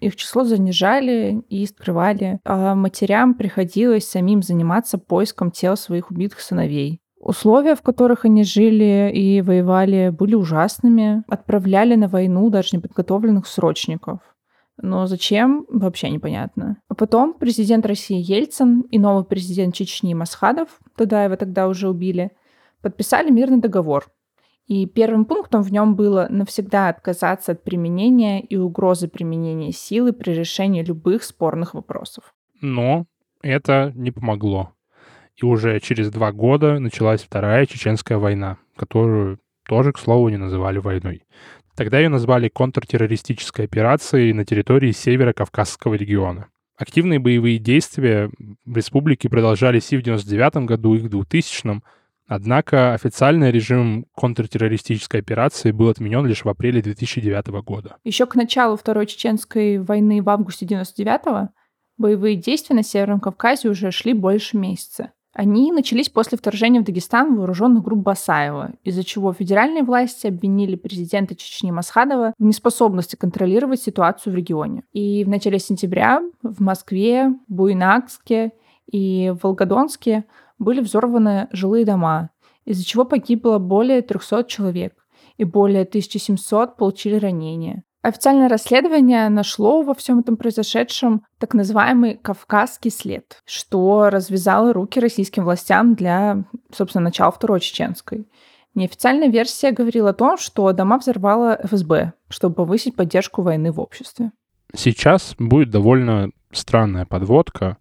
их число занижали и скрывали, а матерям приходилось самим заниматься поиском тел своих убитых сыновей. Условия, в которых они жили и воевали, были ужасными. Отправляли на войну даже неподготовленных срочников. Но зачем, вообще непонятно. А потом президент России Ельцин и новый президент Чечни Масхадов, Дудаева тогда уже убили, подписали мирный договор. И первым пунктом в нем было навсегда отказаться от применения и угрозы применения силы при решении любых спорных вопросов. Но это не помогло. И уже через 2 года началась Вторая Чеченская война, которую тоже, к слову, не называли войной. Тогда ее назвали контртеррористической операцией на территории Северо-Кавказского региона. Активные боевые действия в республике продолжались и в 1999 году, и в 2000-м. Однако официальный режим контртеррористической операции был отменен лишь в апреле 2009 года. Еще к началу Второй Чеченской войны в августе 1999-го боевые действия на Северном Кавказе уже шли больше месяца. Они начались после вторжения в Дагестан вооруженных групп Басаева, из-за чего федеральные власти обвинили президента Чечни Масхадова в неспособности контролировать ситуацию в регионе. И в начале сентября в Москве, Буйнакске и Волгодонске были взорваны жилые дома, из-за чего погибло более 300 человек, и более 1700 получили ранения. Официальное расследование нашло во всем этом произошедшем так называемый «Кавказский след», что развязало руки российским властям для, собственно, начала Второй Чеченской. Неофициальная версия говорила о том, что дома взорвала ФСБ, чтобы повысить поддержку войны в обществе. Сейчас будет довольно странная подводка,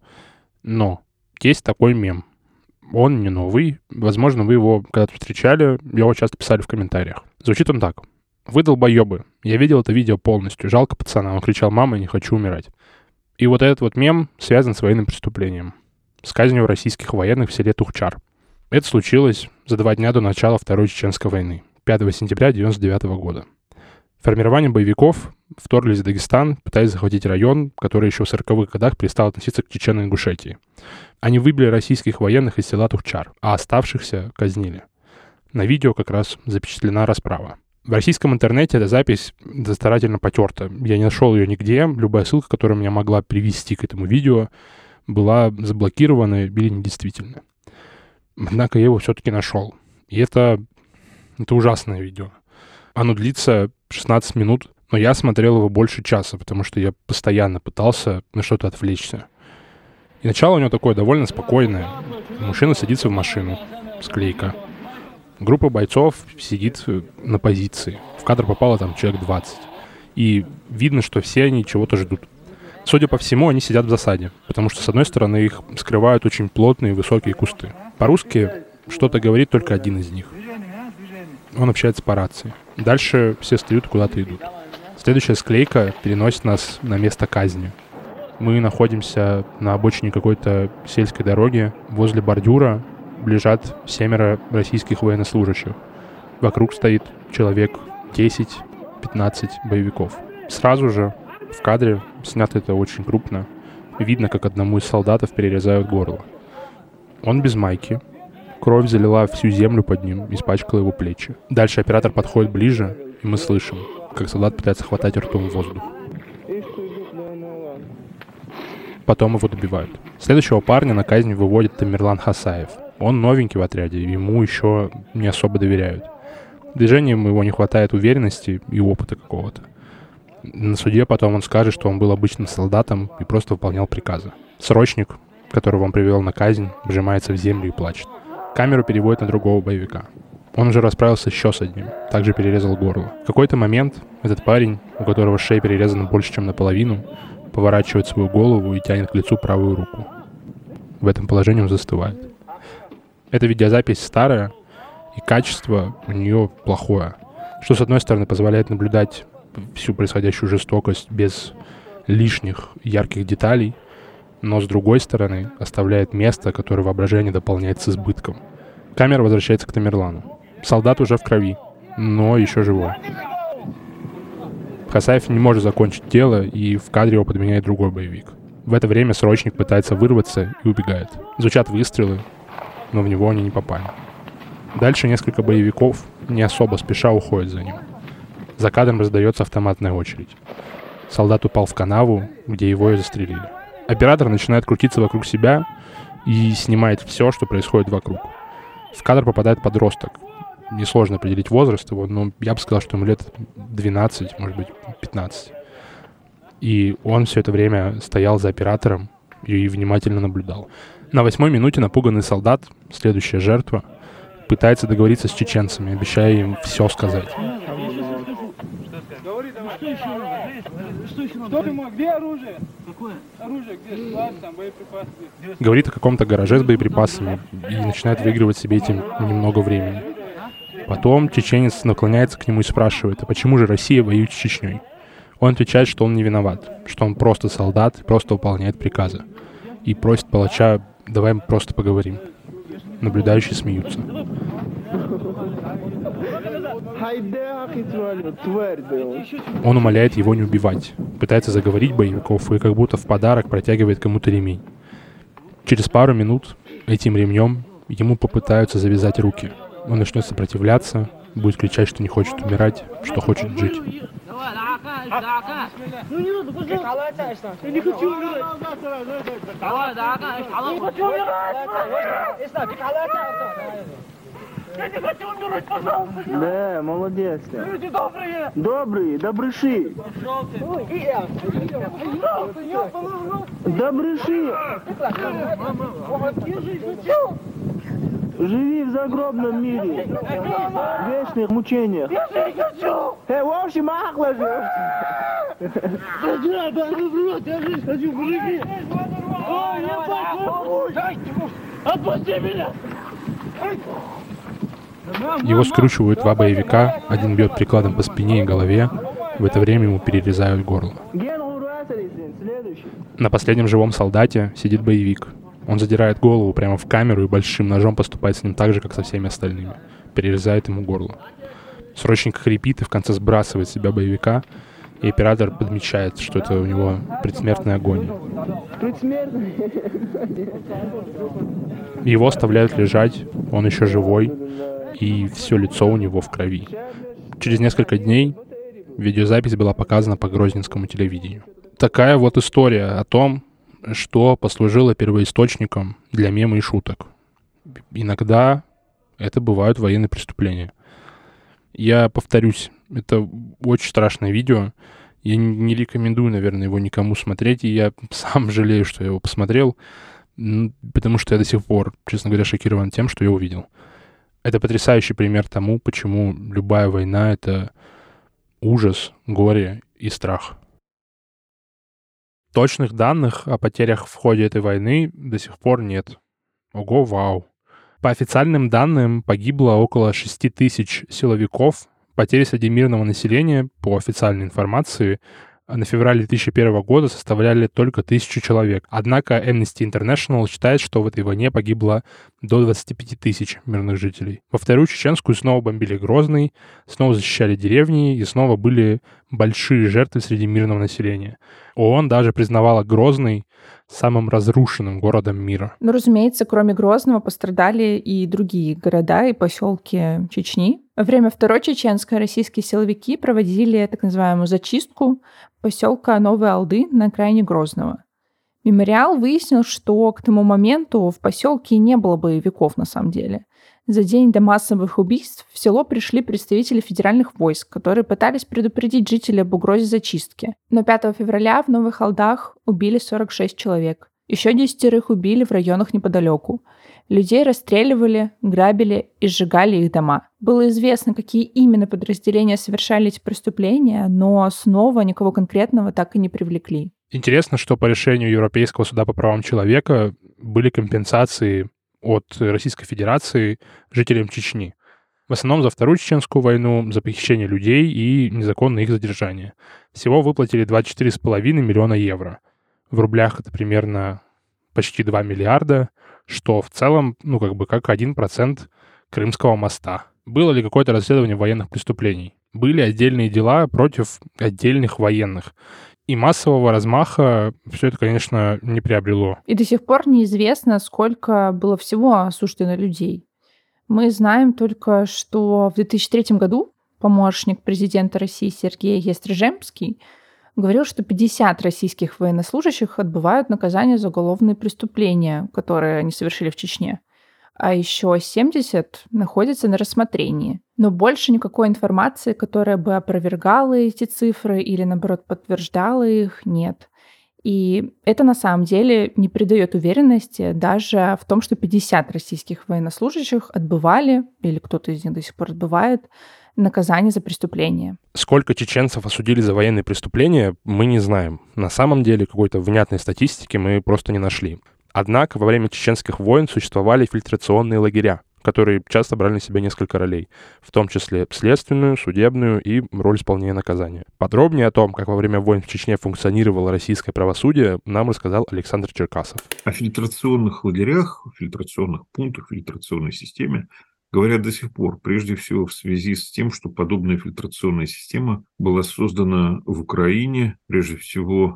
но есть такой мем. Он не новый. Возможно, вы его когда-то встречали, его часто писали в комментариях. Звучит он так. «Вы долбоёбы. Я видел это видео полностью. Жалко пацана. Он кричал: мама, я не хочу умирать». И вот этот вот мем связан с военным преступлением. С казнью российских военных в селе Тухчар. Это случилось за 2 дня до начала Второй Чеченской войны, 5 сентября 1999 года. Формирование боевиков вторглись в Дагестан, пытаясь захватить район, который еще в 40-х годах перестал относиться к Чечено-Ингушетии. Они выбили российских военных из села Тухчар, а оставшихся казнили. На видео как раз запечатлена расправа. В российском интернете эта запись старательно потерта. Я не нашел ее нигде. Любая ссылка, которая меня могла привести к этому видео, была заблокирована или недействительна. Однако я его все-таки нашел. И это ужасное видео. Оно длится 16 минут, но я смотрел его больше часа, потому что я постоянно пытался на что-то отвлечься. И начало у него такое довольно спокойное. Мужчина садится в машину, склейка. Группа бойцов сидит на позиции. В кадр попало там человек 20. И видно, что все они чего-то ждут. Судя по всему, они сидят в засаде, потому что, с одной стороны, их скрывают очень плотные высокие кусты. По-русски что-то говорит только один из них. Он общается по рации. Дальше все встают и куда-то идут. Следующая склейка переносит нас на место казни. Мы находимся на обочине какой-то сельской дороги. Возле бордюра лежат 7 российских военнослужащих. Вокруг стоит человек 10-15 боевиков. Сразу же в кадре, снято это очень крупно, видно, как одному из солдатов перерезают горло. Он без майки. Кровь залила всю землю под ним, испачкала его плечи. Дальше оператор подходит ближе, и мы слышим, как солдат пытается хватать ртом воздух. Потом его добивают. Следующего парня на казнь выводит Тамерлан Хасаев. Он новенький в отряде, ему еще не особо доверяют. Движением его не хватает уверенности и опыта какого-то. На суде потом он скажет, что он был обычным солдатом и просто выполнял приказы. Срочник, которого он привел на казнь, вжимается в землю и плачет. Камеру переводят на другого боевика. Он уже расправился еще с одним, также перерезал горло. В какой-то момент этот парень, у которого шея перерезана больше, чем наполовину, поворачивает свою голову и тянет к лицу правую руку. В этом положении он застывает. Эта видеозапись старая, и качество у нее плохое, что, с одной стороны, позволяет наблюдать всю происходящую жестокость без лишних ярких деталей, но, с другой стороны, оставляет место, которое воображение дополняет с избытком. Камера возвращается к Тамерлану. Солдат уже в крови, но еще живой. Хасаев не может закончить дело, и в кадре его подменяет другой боевик. В это время срочник пытается вырваться и убегает. Звучат выстрелы, но в него они не попали. Дальше несколько боевиков не особо спеша уходят за ним. За кадром раздается автоматная очередь. Солдат упал в канаву, где его и застрелили. Оператор начинает крутиться вокруг себя и снимает все, что происходит вокруг. В кадр попадает подросток. Несложно определить возраст его, но я бы сказал, что ему лет 12, может быть, 15. И он все это время стоял за оператором и внимательно наблюдал. На 8-й минуте напуганный солдат, следующая жертва, пытается договориться с чеченцами, обещая им все сказать. Где оружие? Какое? Оружие, где? Склад, там, боеприпасы. Говорит о каком-то гараже с боеприпасами и начинает выигрывать себе этим немного времени. Потом чеченец наклоняется к нему и спрашивает, а почему же Россия воюет с Чечней? Он отвечает, что он не виноват, что он просто солдат и просто выполняет приказы. И просит палача, давай просто поговорим. Наблюдающие смеются. Он умоляет его не убивать, пытается заговорить боевиков и как будто в подарок протягивает кому-то ремень. Через пару минут этим ремнем ему попытаются завязать руки. Он начнет сопротивляться, будет кричать, что не хочет умирать, что хочет жить. Да, молодец. Люди добрые. Добрые, добрыши. Добрыши. Живи в загробном мире, в вечных мучениях. В общем, ахла же. Отпусти меня! Его скручивают два боевика, один бьет прикладом по спине и голове, в это время ему перерезают горло. На последнем живом солдате сидит боевик. Он задирает голову прямо в камеру и большим ножом поступает с ним так же, как со всеми остальными. Перерезает ему горло. Срочник хрипит и в конце сбрасывает с себя боевика, и оператор подмечает, что это у него предсмертная агония. Его оставляют лежать, он еще живой, и все лицо у него в крови. Через несколько дней видеозапись была показана по грозненскому телевидению. Такая вот история о том, что послужило первоисточником для мема и шуток. Иногда это бывают военные преступления. Я повторюсь, это очень страшное видео. Я не рекомендую, наверное, его никому смотреть, и я сам жалею, что я его посмотрел, потому что я до сих пор, честно говоря, шокирован тем, что я увидел. Это потрясающий пример тому, почему любая война — это ужас, горе и страх. Точных данных о потерях в ходе этой войны до сих пор нет. Ого, вау. По официальным данным, погибло около 6 тысяч силовиков. Потери среди мирного населения, по официальной информации, на феврале 2001 года составляли только 1000 человек. Однако Amnesty International считает, что в этой войне погибло до 25 тысяч мирных жителей. Во Вторую Чеченскую снова бомбили Грозный, снова защищали деревни и снова были большие жертвы среди мирного населения. ООН даже признавала Грозный самым разрушенным городом мира. Но, разумеется, кроме Грозного пострадали и другие города и поселки Чечни. Во время Второй Чеченской российские силовики проводили так называемую зачистку поселка Новые Алды на окраине Грозного. Мемориал выяснил, что к тому моменту в поселке не было боевиков на самом деле. За день до массовых убийств в село пришли представители федеральных войск, которые пытались предупредить жителей об угрозе зачистки. Но 5 февраля в Новых Алдах убили 46 человек. Еще 10 убили в районах неподалеку. Людей расстреливали, грабили и сжигали их дома. Было известно, какие именно подразделения совершали эти преступления, но снова никого конкретного так и не привлекли. Интересно, что по решению Европейского суда по правам человека были компенсации от Российской Федерации жителям Чечни. В основном за Вторую Чеченскую войну, за похищение людей и незаконное их задержание. Всего выплатили 24,5 миллиона евро. В рублях это примерно почти 2 миллиарда, что в целом, как 1% Крымского моста. Было ли какое-то расследование военных преступлений? Были отдельные дела против отдельных военных. И массового размаха все это, конечно, не приобрело. И до сих пор неизвестно, сколько было всего осуждено людей. Мы знаем только, что в 2003 году помощник президента России Сергей Естрижемский говорил, что 50 российских военнослужащих отбывают наказание за уголовные преступления, которые они совершили в Чечне. А еще 70 находятся на рассмотрении. Но больше никакой информации, которая бы опровергала эти цифры или, наоборот, подтверждала их, нет. И это на самом деле не придает уверенности даже в том, что 50 российских военнослужащих отбывали, или кто-то из них до сих пор отбывает, наказание за преступление. Сколько чеченцев осудили за военные преступления, мы не знаем. На самом деле какой-то внятной статистики мы просто не нашли. Однако во время чеченских войн существовали фильтрационные лагеря, которые часто брали на себя несколько ролей, в том числе следственную, судебную и роль исполнения наказания. Подробнее о том, как во время войн в Чечне функционировало российское правосудие, нам рассказал Александр Черкасов. О фильтрационных лагерях, фильтрационных пунктах, фильтрационной системе говорят до сих пор, прежде всего в связи с тем, что подобная фильтрационная система была создана в Украине, прежде всего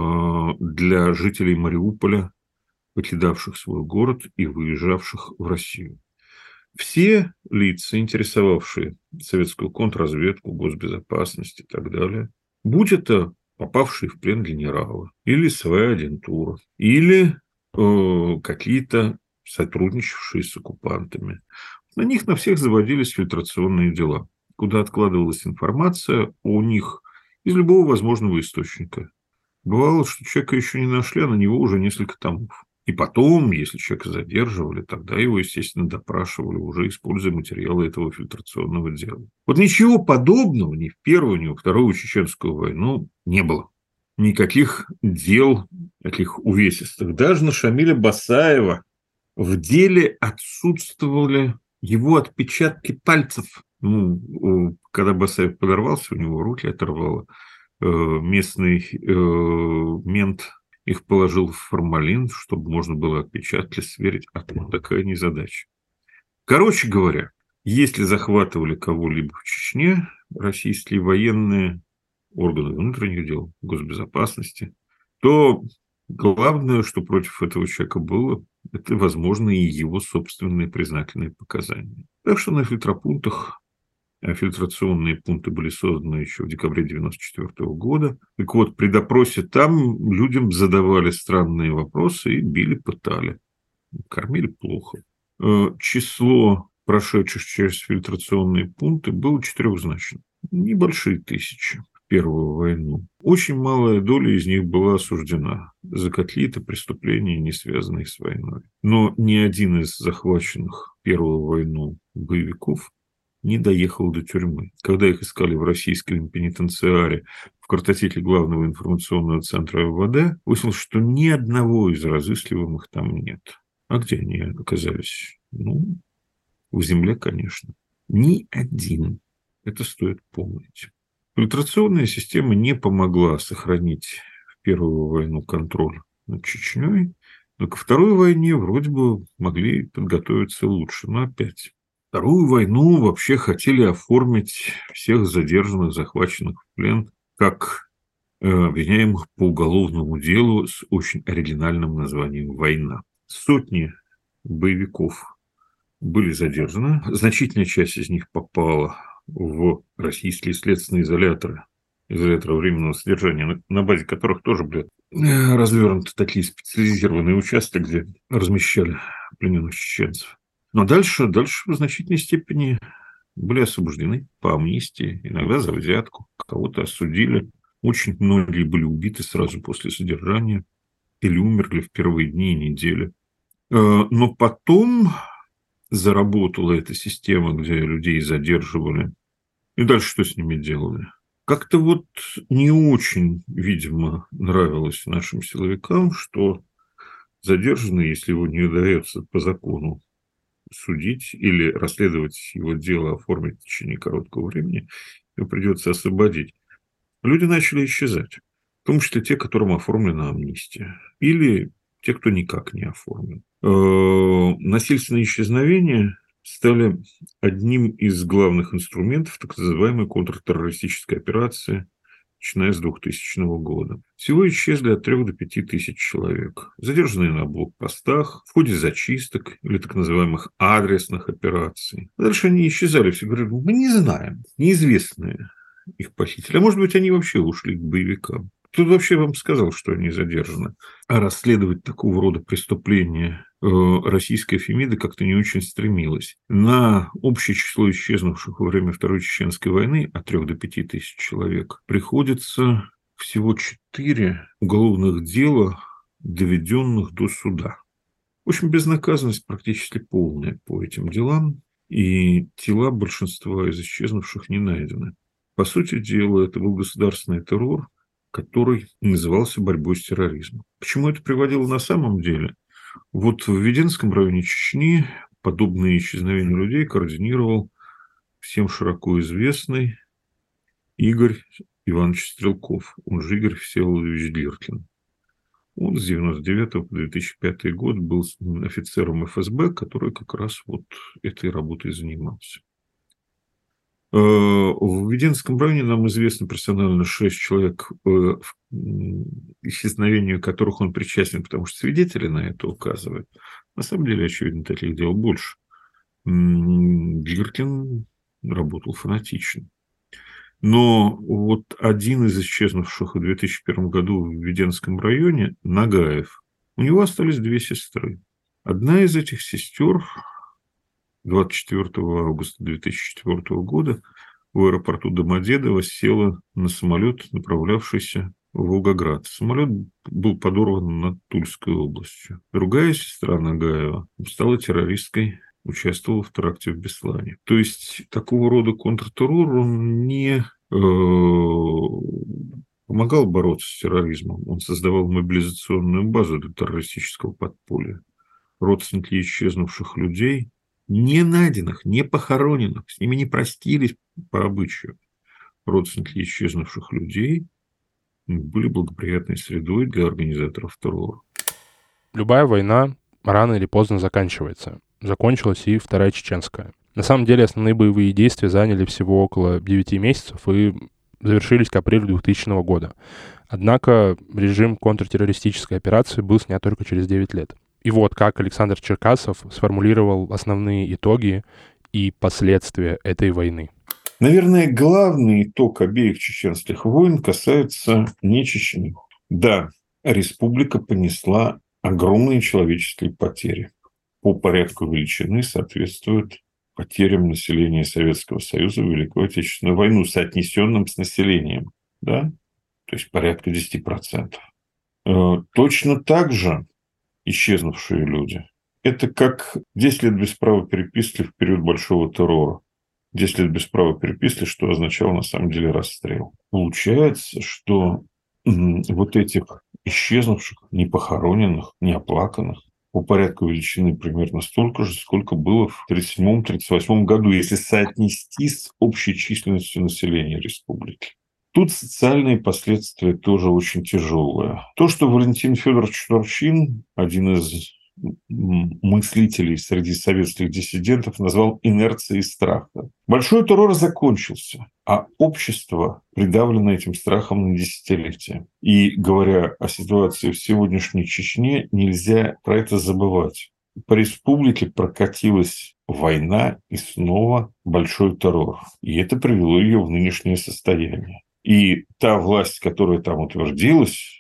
для жителей Мариуполя, покидавших свой город и выезжавших в Россию. Все лица, интересовавшие советскую контрразведку, госбезопасность и так далее, будь это попавшие в плен генералы, или своя агентура, или какие-то сотрудничавшие с оккупантами, на них на всех заводились фильтрационные дела, куда откладывалась информация о них из любого возможного источника. Бывало, что человека еще не нашли, а на него уже несколько томов. И потом, если человека задерживали, тогда его, естественно, допрашивали, уже используя материалы этого фильтрационного дела. Вот ничего подобного ни в Первую, ни во Вторую Чеченскую войну не было. Никаких дел, таких увесистых. Даже на Шамиля Басаева в деле отсутствовали его отпечатки пальцев. Когда Басаев подорвался, у него руки оторвало. Местный мент их положил в формалин, чтобы можно было отпечатки сверить. А тут такая незадача. Короче говоря, если захватывали кого-либо в Чечне, российские военные органы внутренних дел, госбезопасности, то главное, что против этого человека было, это, возможно, и его собственные признательные показания. Так что на фильтропунктах, фильтрационные пункты были созданы еще в декабре 1994 года. Так вот, при допросе там людям задавали странные вопросы и били, пытали. Кормили плохо. Число прошедших через фильтрационные пункты было четырехзначным. Небольшие тысячи в Первую войну. Очень малая доля из них была осуждена за какие-то преступления, не связанные с войной. Но ни один из захваченных в Первую войну боевиков не доехал до тюрьмы. Когда их искали в российском пенитенциаре, в картотеке Главного информационного центра МВД, выяснилось, что ни одного из разыскиваемых там нет. А где они оказались? В земле, конечно. Ни один. Это стоит помнить. Фильтрационная система не помогла сохранить в Первую войну контроль над Чечней, но ко Второй войне вроде бы могли подготовиться лучше. Но опять... Вторую войну вообще хотели оформить всех задержанных, захваченных в плен, как обвиняемых по уголовному делу с очень оригинальным названием «Война». Сотни боевиков были задержаны. Значительная часть из них попала в российские следственные изоляторы временного содержания, на базе которых тоже были развернуты такие специализированные участки, где размещали плененных чеченцев. Но дальше в значительной степени были освобождены по амнистии, иногда за взятку, кого-то осудили. Очень многие были убиты сразу после содержания или умерли в первые дни и недели. Но потом заработала эта система, где людей задерживали. И дальше что с ними делали? Как-то не очень, видимо, нравилось нашим силовикам, что задержанный, если его не удается по закону судить или расследовать его дело, оформить в течение короткого времени, его придется освободить. Люди начали исчезать, в том числе те, которым оформлена амнистия, или те, кто никак не оформлен. Насильственные исчезновения стали одним из главных инструментов так называемой контртеррористической операции, начиная с 2000 года. Всего исчезли от 3 до 5 тысяч человек, задержанные на блокпостах, в ходе зачисток или так называемых адресных операций. Дальше они исчезали, все говорили, мы не знаем, неизвестные. их похитили. А может быть, они вообще ушли к боевикам. Кто вообще вам сказал, что они задержаны? А расследовать такого рода преступления российская Фемида как-то не очень стремилась. На общее число исчезнувших во время Второй Чеченской войны от 3 до 5 тысяч человек приходится всего 4 уголовных дела, доведенных до суда. В общем, безнаказанность практически полная по этим делам, и тела большинства из исчезнувших не найдены. По сути дела, это был государственный террор, который назывался борьбой с терроризмом. К чему это приводило на самом деле? Вот в Веденском районе Чечни подобные исчезновения людей координировал всем широко известный Игорь Иванович Стрелков, он же Игорь Всеволодович Гиркин. Он с 1999 по 2005 год был офицером ФСБ, который как раз вот этой работой занимался. В Веденском районе нам известно персонально 6 человек, исчезновению которых он причастен, потому что свидетели на это указывают. На самом деле, очевидно, таких дел больше. Гиркин работал фанатично. Но вот один из исчезнувших в 2001 году в Веденском районе, Нагаев, у него остались 2 сестры. Одна из этих сестер 24 августа 2004 года в аэропорту Домодедово села на самолет, направлявшийся в Волгоград. Самолет был подорван над Тульской областью. Другая сестра Нагаева стала террористкой, участвовала в теракте в Беслане. То есть такого рода контртеррор, он не помогал бороться с терроризмом, он создавал мобилизационную базу для террористического подполья. Родственники исчезнувших людей, не найденных, не похороненных, с ними не простились по обычаю. Родственники исчезнувших людей были благоприятной средой для организаторов террора. Любая война рано или поздно заканчивается. Закончилась и Вторая Чеченская. На самом деле основные боевые действия заняли всего около 9 месяцев и завершились к апрелю 2000 года. Однако режим контртеррористической операции был снят только через 9 лет. И вот как Александр Черкасов сформулировал основные итоги и последствия этой войны. Наверное, главный итог обеих чеченских войн касается не Чечни. Да, республика понесла огромные человеческие потери. По порядку величины соответствуют потерям населения Советского Союза в Великую Отечественную войну, соотнесенным с населением. Да? То есть порядка 10%. Точно так же исчезнувшие люди. Это как 10 лет без права переписки в период Большого террора. 10 лет без права переписки, что означало на самом деле расстрел. Получается, что вот этих исчезнувших, непохороненных, неоплаканных по порядку величины примерно столько же, сколько было в 1937-1938 году, если соотнести с общей численностью населения республики. Тут социальные последствия тоже очень тяжелые. То, что Валентин Федорович Турчин, один из мыслителей среди советских диссидентов, назвал инерцией страха. Большой террор закончился, а общество придавлено этим страхом на десятилетия. И говоря о ситуации в сегодняшней Чечне, нельзя про это забывать. По республике прокатилась война и снова большой террор. И это привело ее в нынешнее состояние. И та власть, которая там утвердилась,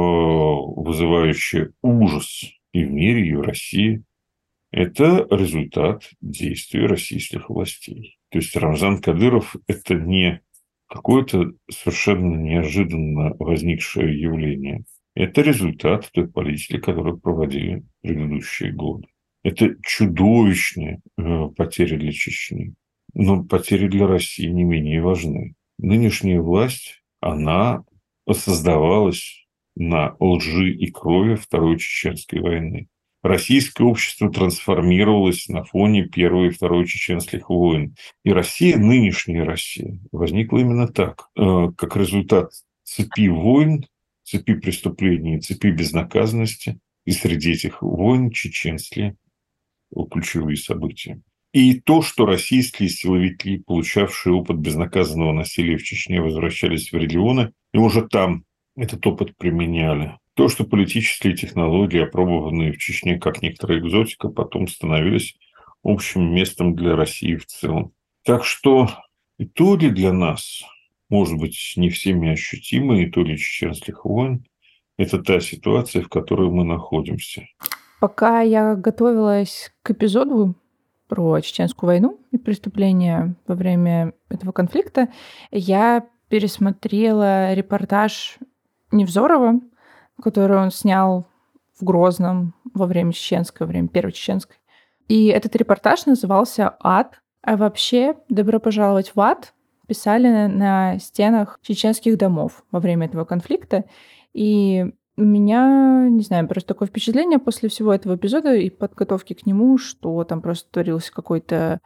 вызывающая ужас и в мире, и в России, это результат действий российских властей. То есть Рамзан Кадыров – это не какое-то совершенно неожиданно возникшее явление. Это результат той политики, которую проводили предыдущие годы. Это чудовищные потери для Чечни. Но потери для России не менее важны. Нынешняя власть, она создавалась на лжи и крови Второй Чеченской войны. Российское общество трансформировалось на фоне Первой и Второй Чеченских войн. И Россия, нынешняя Россия, возникла именно так, как результат цепи войн, цепи преступлений, цепи безнаказанности. И среди этих войн чеченские ключевые события. И то, что российские силовики, получавшие опыт безнаказанного насилия в Чечне, возвращались в регионы и уже там этот опыт применяли. То, что политические технологии, опробованные в Чечне как некоторая экзотика, потом становились общим местом для России в целом. Так что итоги для нас может быть, не всеми ощутимой итоги чеченских войн, это та ситуация, в которой мы находимся. Пока я готовилась к эпизоду про Чеченскую войну и преступления во время этого конфликта, я пересмотрела репортаж Невзорова, который он снял в Грозном во время Первой Чеченской. И этот репортаж назывался «Ад». А вообще «Добро пожаловать в ад» писали на стенах чеченских домов во время этого конфликта. И у меня, не знаю, просто такое впечатление после всего этого эпизода и подготовки к нему, что там просто творился какой-то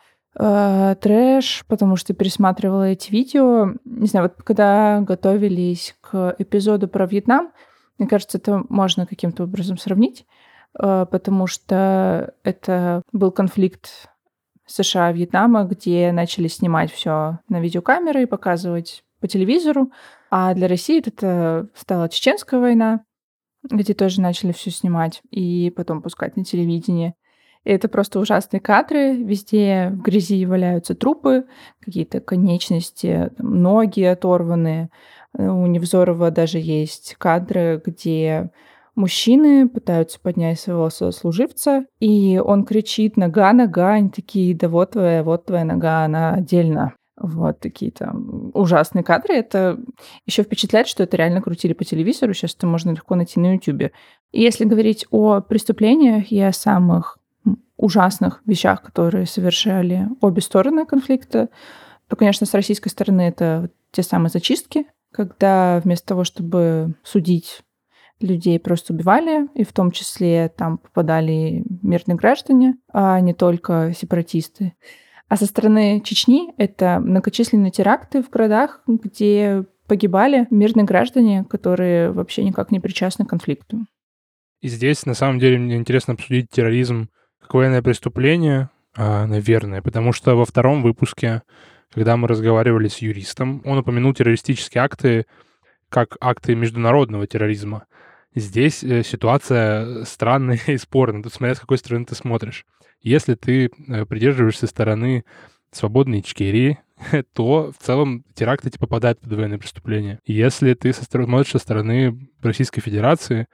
трэш, потому что пересматривала эти видео. Не знаю, вот когда готовились к эпизоду про Вьетнам, мне кажется, это можно каким-то образом сравнить, потому что это был конфликт США и Вьетнама, где начали снимать все на видеокамеры и показывать по телевизору. А для России это стала Чеченская война, где тоже начали все снимать и потом пускать на телевидение. И это просто ужасные кадры. Везде в грязи валяются трупы, какие-то конечности, ноги оторванные. У Невзорова даже есть кадры, где мужчины пытаются поднять своего сослуживца, и он кричит: «Нога, нога!» Они такие: «Да вот твоя нога, она отдельно». Вот такие там ужасные кадры. Это еще впечатляет, что это реально крутили по телевизору. Сейчас это можно легко найти на Ютубе. И если говорить о преступлениях и о самых ужасных вещах, которые совершали обе стороны конфликта, то, конечно, с российской стороны это те самые зачистки, когда вместо того, чтобы судить людей, просто убивали, и в том числе там попадали мирные граждане, а не только сепаратисты. А со стороны Чечни это многочисленные теракты в городах, где погибали мирные граждане, которые вообще никак не причастны к конфликту. И здесь, на самом деле, мне интересно обсудить терроризм как военное преступление, наверное, потому что во втором выпуске, когда мы разговаривали с юристом, он упомянул террористические акты как акты международного терроризма. Здесь ситуация странная и спорная. Тут смотря с какой стороны ты смотришь. Если ты придерживаешься стороны свободной Ичкерии, то в целом теракты попадают под военное преступление. Если ты смотришь со стороны Российской Федерации,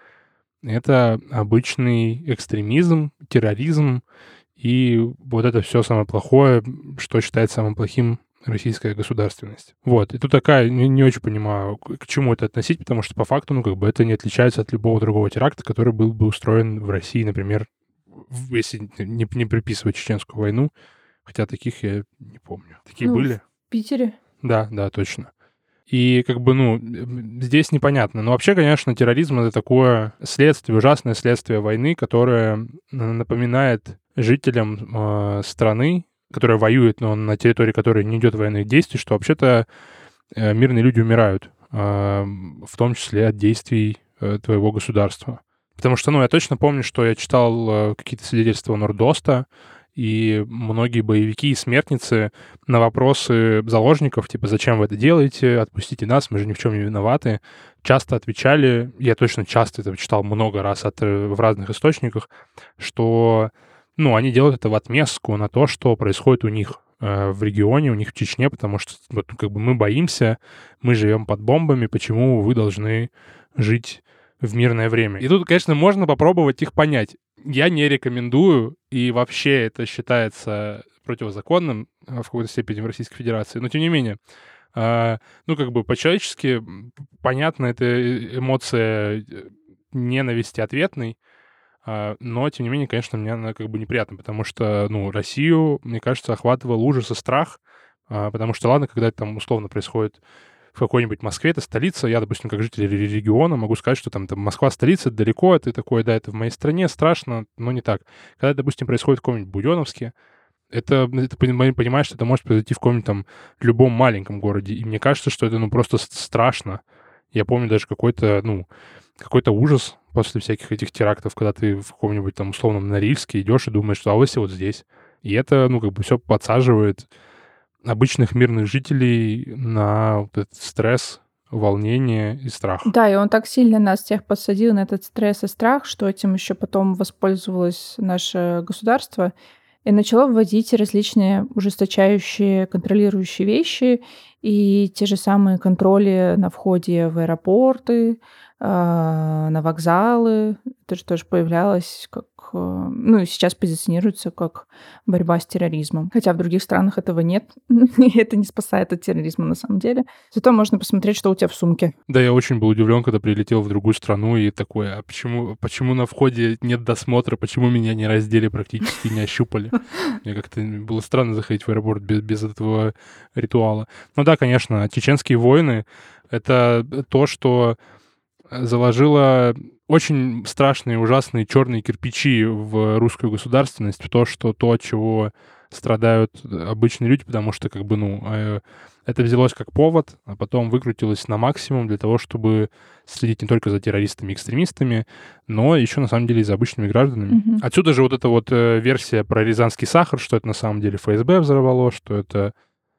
это обычный экстремизм, терроризм и вот это все самое плохое, что считается самым плохим российская государственность. Вот. И тут такая, не очень понимаю, к чему это относить, потому что по факту, это не отличается от любого другого теракта, который был бы устроен в России, например, если не приписывать Чеченскую войну, хотя таких я не помню. Такие были? В Питере? Да, точно. И здесь непонятно. Но вообще, конечно, терроризм — это такое следствие, ужасное следствие войны, которое напоминает жителям страны, которая воюет, но на территории которой не идет военных действий, что вообще-то мирные люди умирают, в том числе от действий твоего государства. Потому что, я точно помню, что я читал какие-то свидетельства Нордоста, и многие боевики и смертницы на вопросы заложников, зачем вы это делаете, отпустите нас, мы же ни в чем не виноваты, часто отвечали, я точно часто это читал много раз в разных источниках, что они делают это в отместку на то, что происходит у них в регионе, у них в Чечне, потому что мы боимся, мы живем под бомбами, почему вы должны жить в мирное время. И тут, конечно, можно попробовать их понять. Я не рекомендую, и вообще это считается противозаконным в какой-то степени в Российской Федерации, но тем не менее, по-человечески понятно, это эмоция ненависти ответной, но, тем не менее, конечно, мне она неприятна, потому что, Россию, мне кажется, охватывал ужас и страх, потому что, ладно, когда это условно происходит в какой-нибудь Москве, это столица, я, допустим, как житель региона могу сказать, что там Москва столица, далеко, это такое, да, это в моей стране, страшно, но не так. Когда, допустим, происходит в каком-нибудь Буденновске, это понимаешь, что это может произойти в каком-нибудь любом маленьком городе, и мне кажется, что это, просто страшно. Я помню даже какой-то ужас после всяких этих терактов, когда ты в каком-нибудь условном Норильске идешь и думаешь, что если вот здесь. И это, все подсаживает обычных мирных жителей на этот стресс, волнение и страх. Да, и он так сильно нас всех подсадил на этот стресс и страх, что этим еще потом воспользовалось наше государство. и начало вводить различные ужесточающие, контролирующие вещи, и те же самые контроли на входе в аэропорты, на вокзалы. Это же тоже появлялось как... Ну, и сейчас позиционируется как борьба с терроризмом. Хотя в других странах этого нет, и это не спасает от терроризма на самом деле. Зато можно посмотреть, что у тебя в сумке. Да, я очень был удивлен, когда прилетел в другую страну, и такой, а почему на входе нет досмотра, почему меня не раздели практически, не ощупали? Мне как-то было странно заходить в аэропорт без этого ритуала. Ну да, конечно, чеченские войны — это то, что заложило очень страшные, ужасные черные кирпичи в русскую государственность, в то, от чего страдают обычные люди, потому что, это взялось как повод, а потом выкрутилось на максимум для того, чтобы следить не только за террористами и экстремистами, но еще, на самом деле, и за обычными гражданами. Мгм. Отсюда же вот эта вот версия про рязанский сахар, что это на самом деле ФСБ взорвало, что это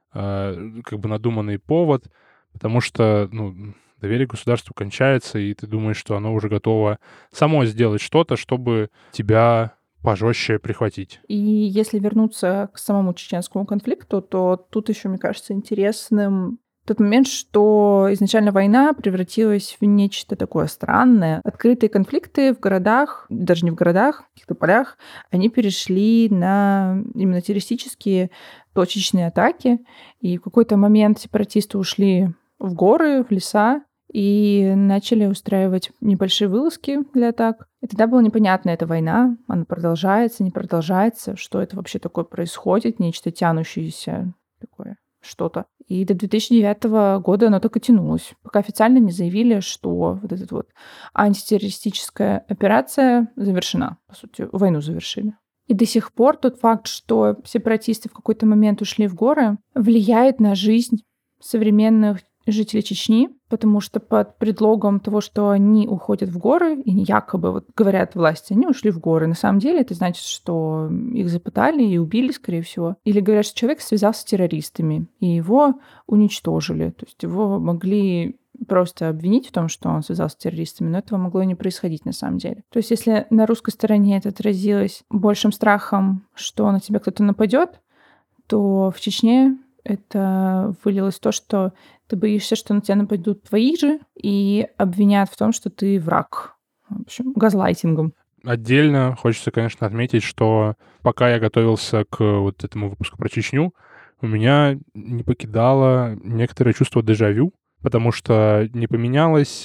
надуманный повод, потому что, доверие к государству кончается, и ты думаешь, что оно уже готово само сделать что-то, чтобы тебя пожестче прихватить. И если вернуться к самому чеченскому конфликту, то тут еще, мне кажется, интересным тот момент, что изначально война превратилась в нечто такое странное. Открытые конфликты в городах, даже не в городах, в каких-то полях, они перешли на именно террористические точечные атаки. И в какой-то момент сепаратисты ушли в горы, в леса, и начали устраивать небольшие вылазки для атак. И тогда было непонятно, это война, она продолжается, не продолжается, что это вообще такое происходит, нечто тянущееся такое что-то. И до 2009 года оно так и тянулось, пока официально не заявили, что вот эта вот антитеррористическая операция завершена. По сути, войну завершили. И до сих пор тот факт, что сепаратисты в какой-то момент ушли в горы, влияет на жизнь современных жителей Чечни, потому что под предлогом того, что они уходят в горы, и якобы, говорят власти, они ушли в горы. На самом деле это значит, что их запытали и убили, скорее всего. Или говорят, что человек связался с террористами, и его уничтожили. То есть его могли просто обвинить в том, что он связался с террористами, но этого могло и не происходить на самом деле. То есть если на русской стороне это отразилось большим страхом, что на тебя кто-то нападет, то в Чечне это вылилось в то, что ты боишься, что на тебя нападут твои же и обвинят в том, что ты враг. В общем, газлайтингом. Отдельно хочется, конечно, отметить, что пока я готовился к вот этому выпуску про Чечню, у меня не покидало некоторое чувство дежавю, потому что не поменялось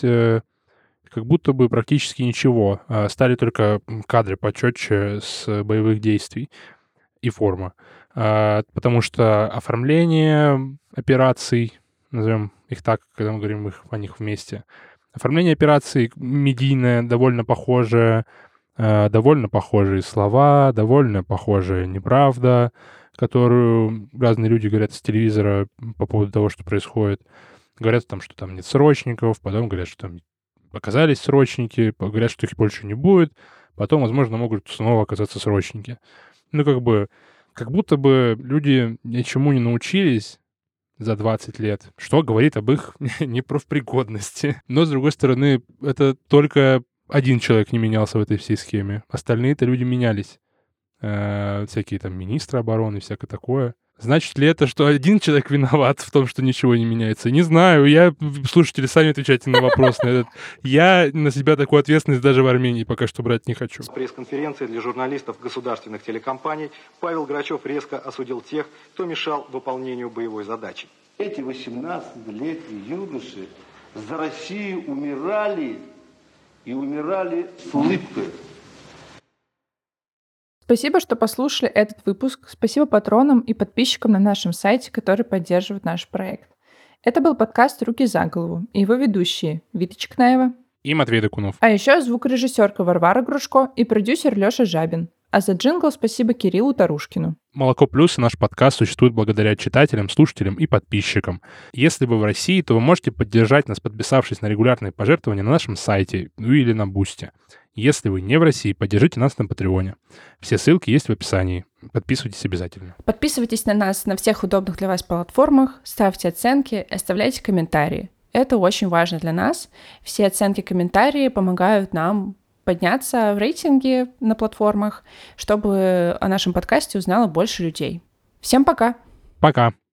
как будто бы практически ничего. Стали только кадры почетче с боевых действий и форма. Потому что оформление операций, назовем их так, когда мы говорим о них вместе, оформление операций медийное, довольно похожее, довольно похожие слова, довольно похожая неправда, которую разные люди говорят с телевизора по поводу того, что происходит. Говорят там, что там нет срочников, потом говорят, что там оказались срочники, говорят, что их больше не будет, потом, возможно, могут снова оказаться срочники. Как будто бы люди ничему не научились за 20 лет, что говорит об их непрофпригодности. Но, с другой стороны, это только один человек не менялся в этой всей схеме. Остальные-то люди менялись. Всякие там министры обороны, всякое такое. Значит ли это, что один человек виноват в том, что ничего не меняется? Не знаю. Слушатели, сами отвечайте на вопрос на этот. Я на себя такую ответственность даже в Армении пока что брать не хочу. С пресс-конференции для журналистов государственных телекомпаний Павел Грачев резко осудил тех, кто мешал выполнению боевой задачи. Эти 18-летние юноши за Россию умирали и умирали с улыбкой. Спасибо, что послушали этот выпуск. Спасибо патронам и подписчикам на нашем сайте, которые поддерживают наш проект. Это был подкаст «Руки за голову» и его ведущие Вита Чекнаева и Матвей Докунов. А еще звукорежиссерка Варвара Грушко и продюсер Леша Жабин. А за джингл спасибо Кириллу Тарушкину. «Молоко плюс» и наш подкаст существует благодаря читателям, слушателям и подписчикам. Если вы в России, то вы можете поддержать нас, подписавшись на регулярные пожертвования на нашем сайте, или на Бусти. Если вы не в России, поддержите нас на Патреоне. Все ссылки есть в описании. Подписывайтесь обязательно. Подписывайтесь на нас на всех удобных для вас платформах, ставьте оценки, оставляйте комментарии. Это очень важно для нас. Все оценки, комментарии помогают нам подняться в рейтинге на платформах, чтобы о нашем подкасте узнало больше людей. Всем пока! Пока!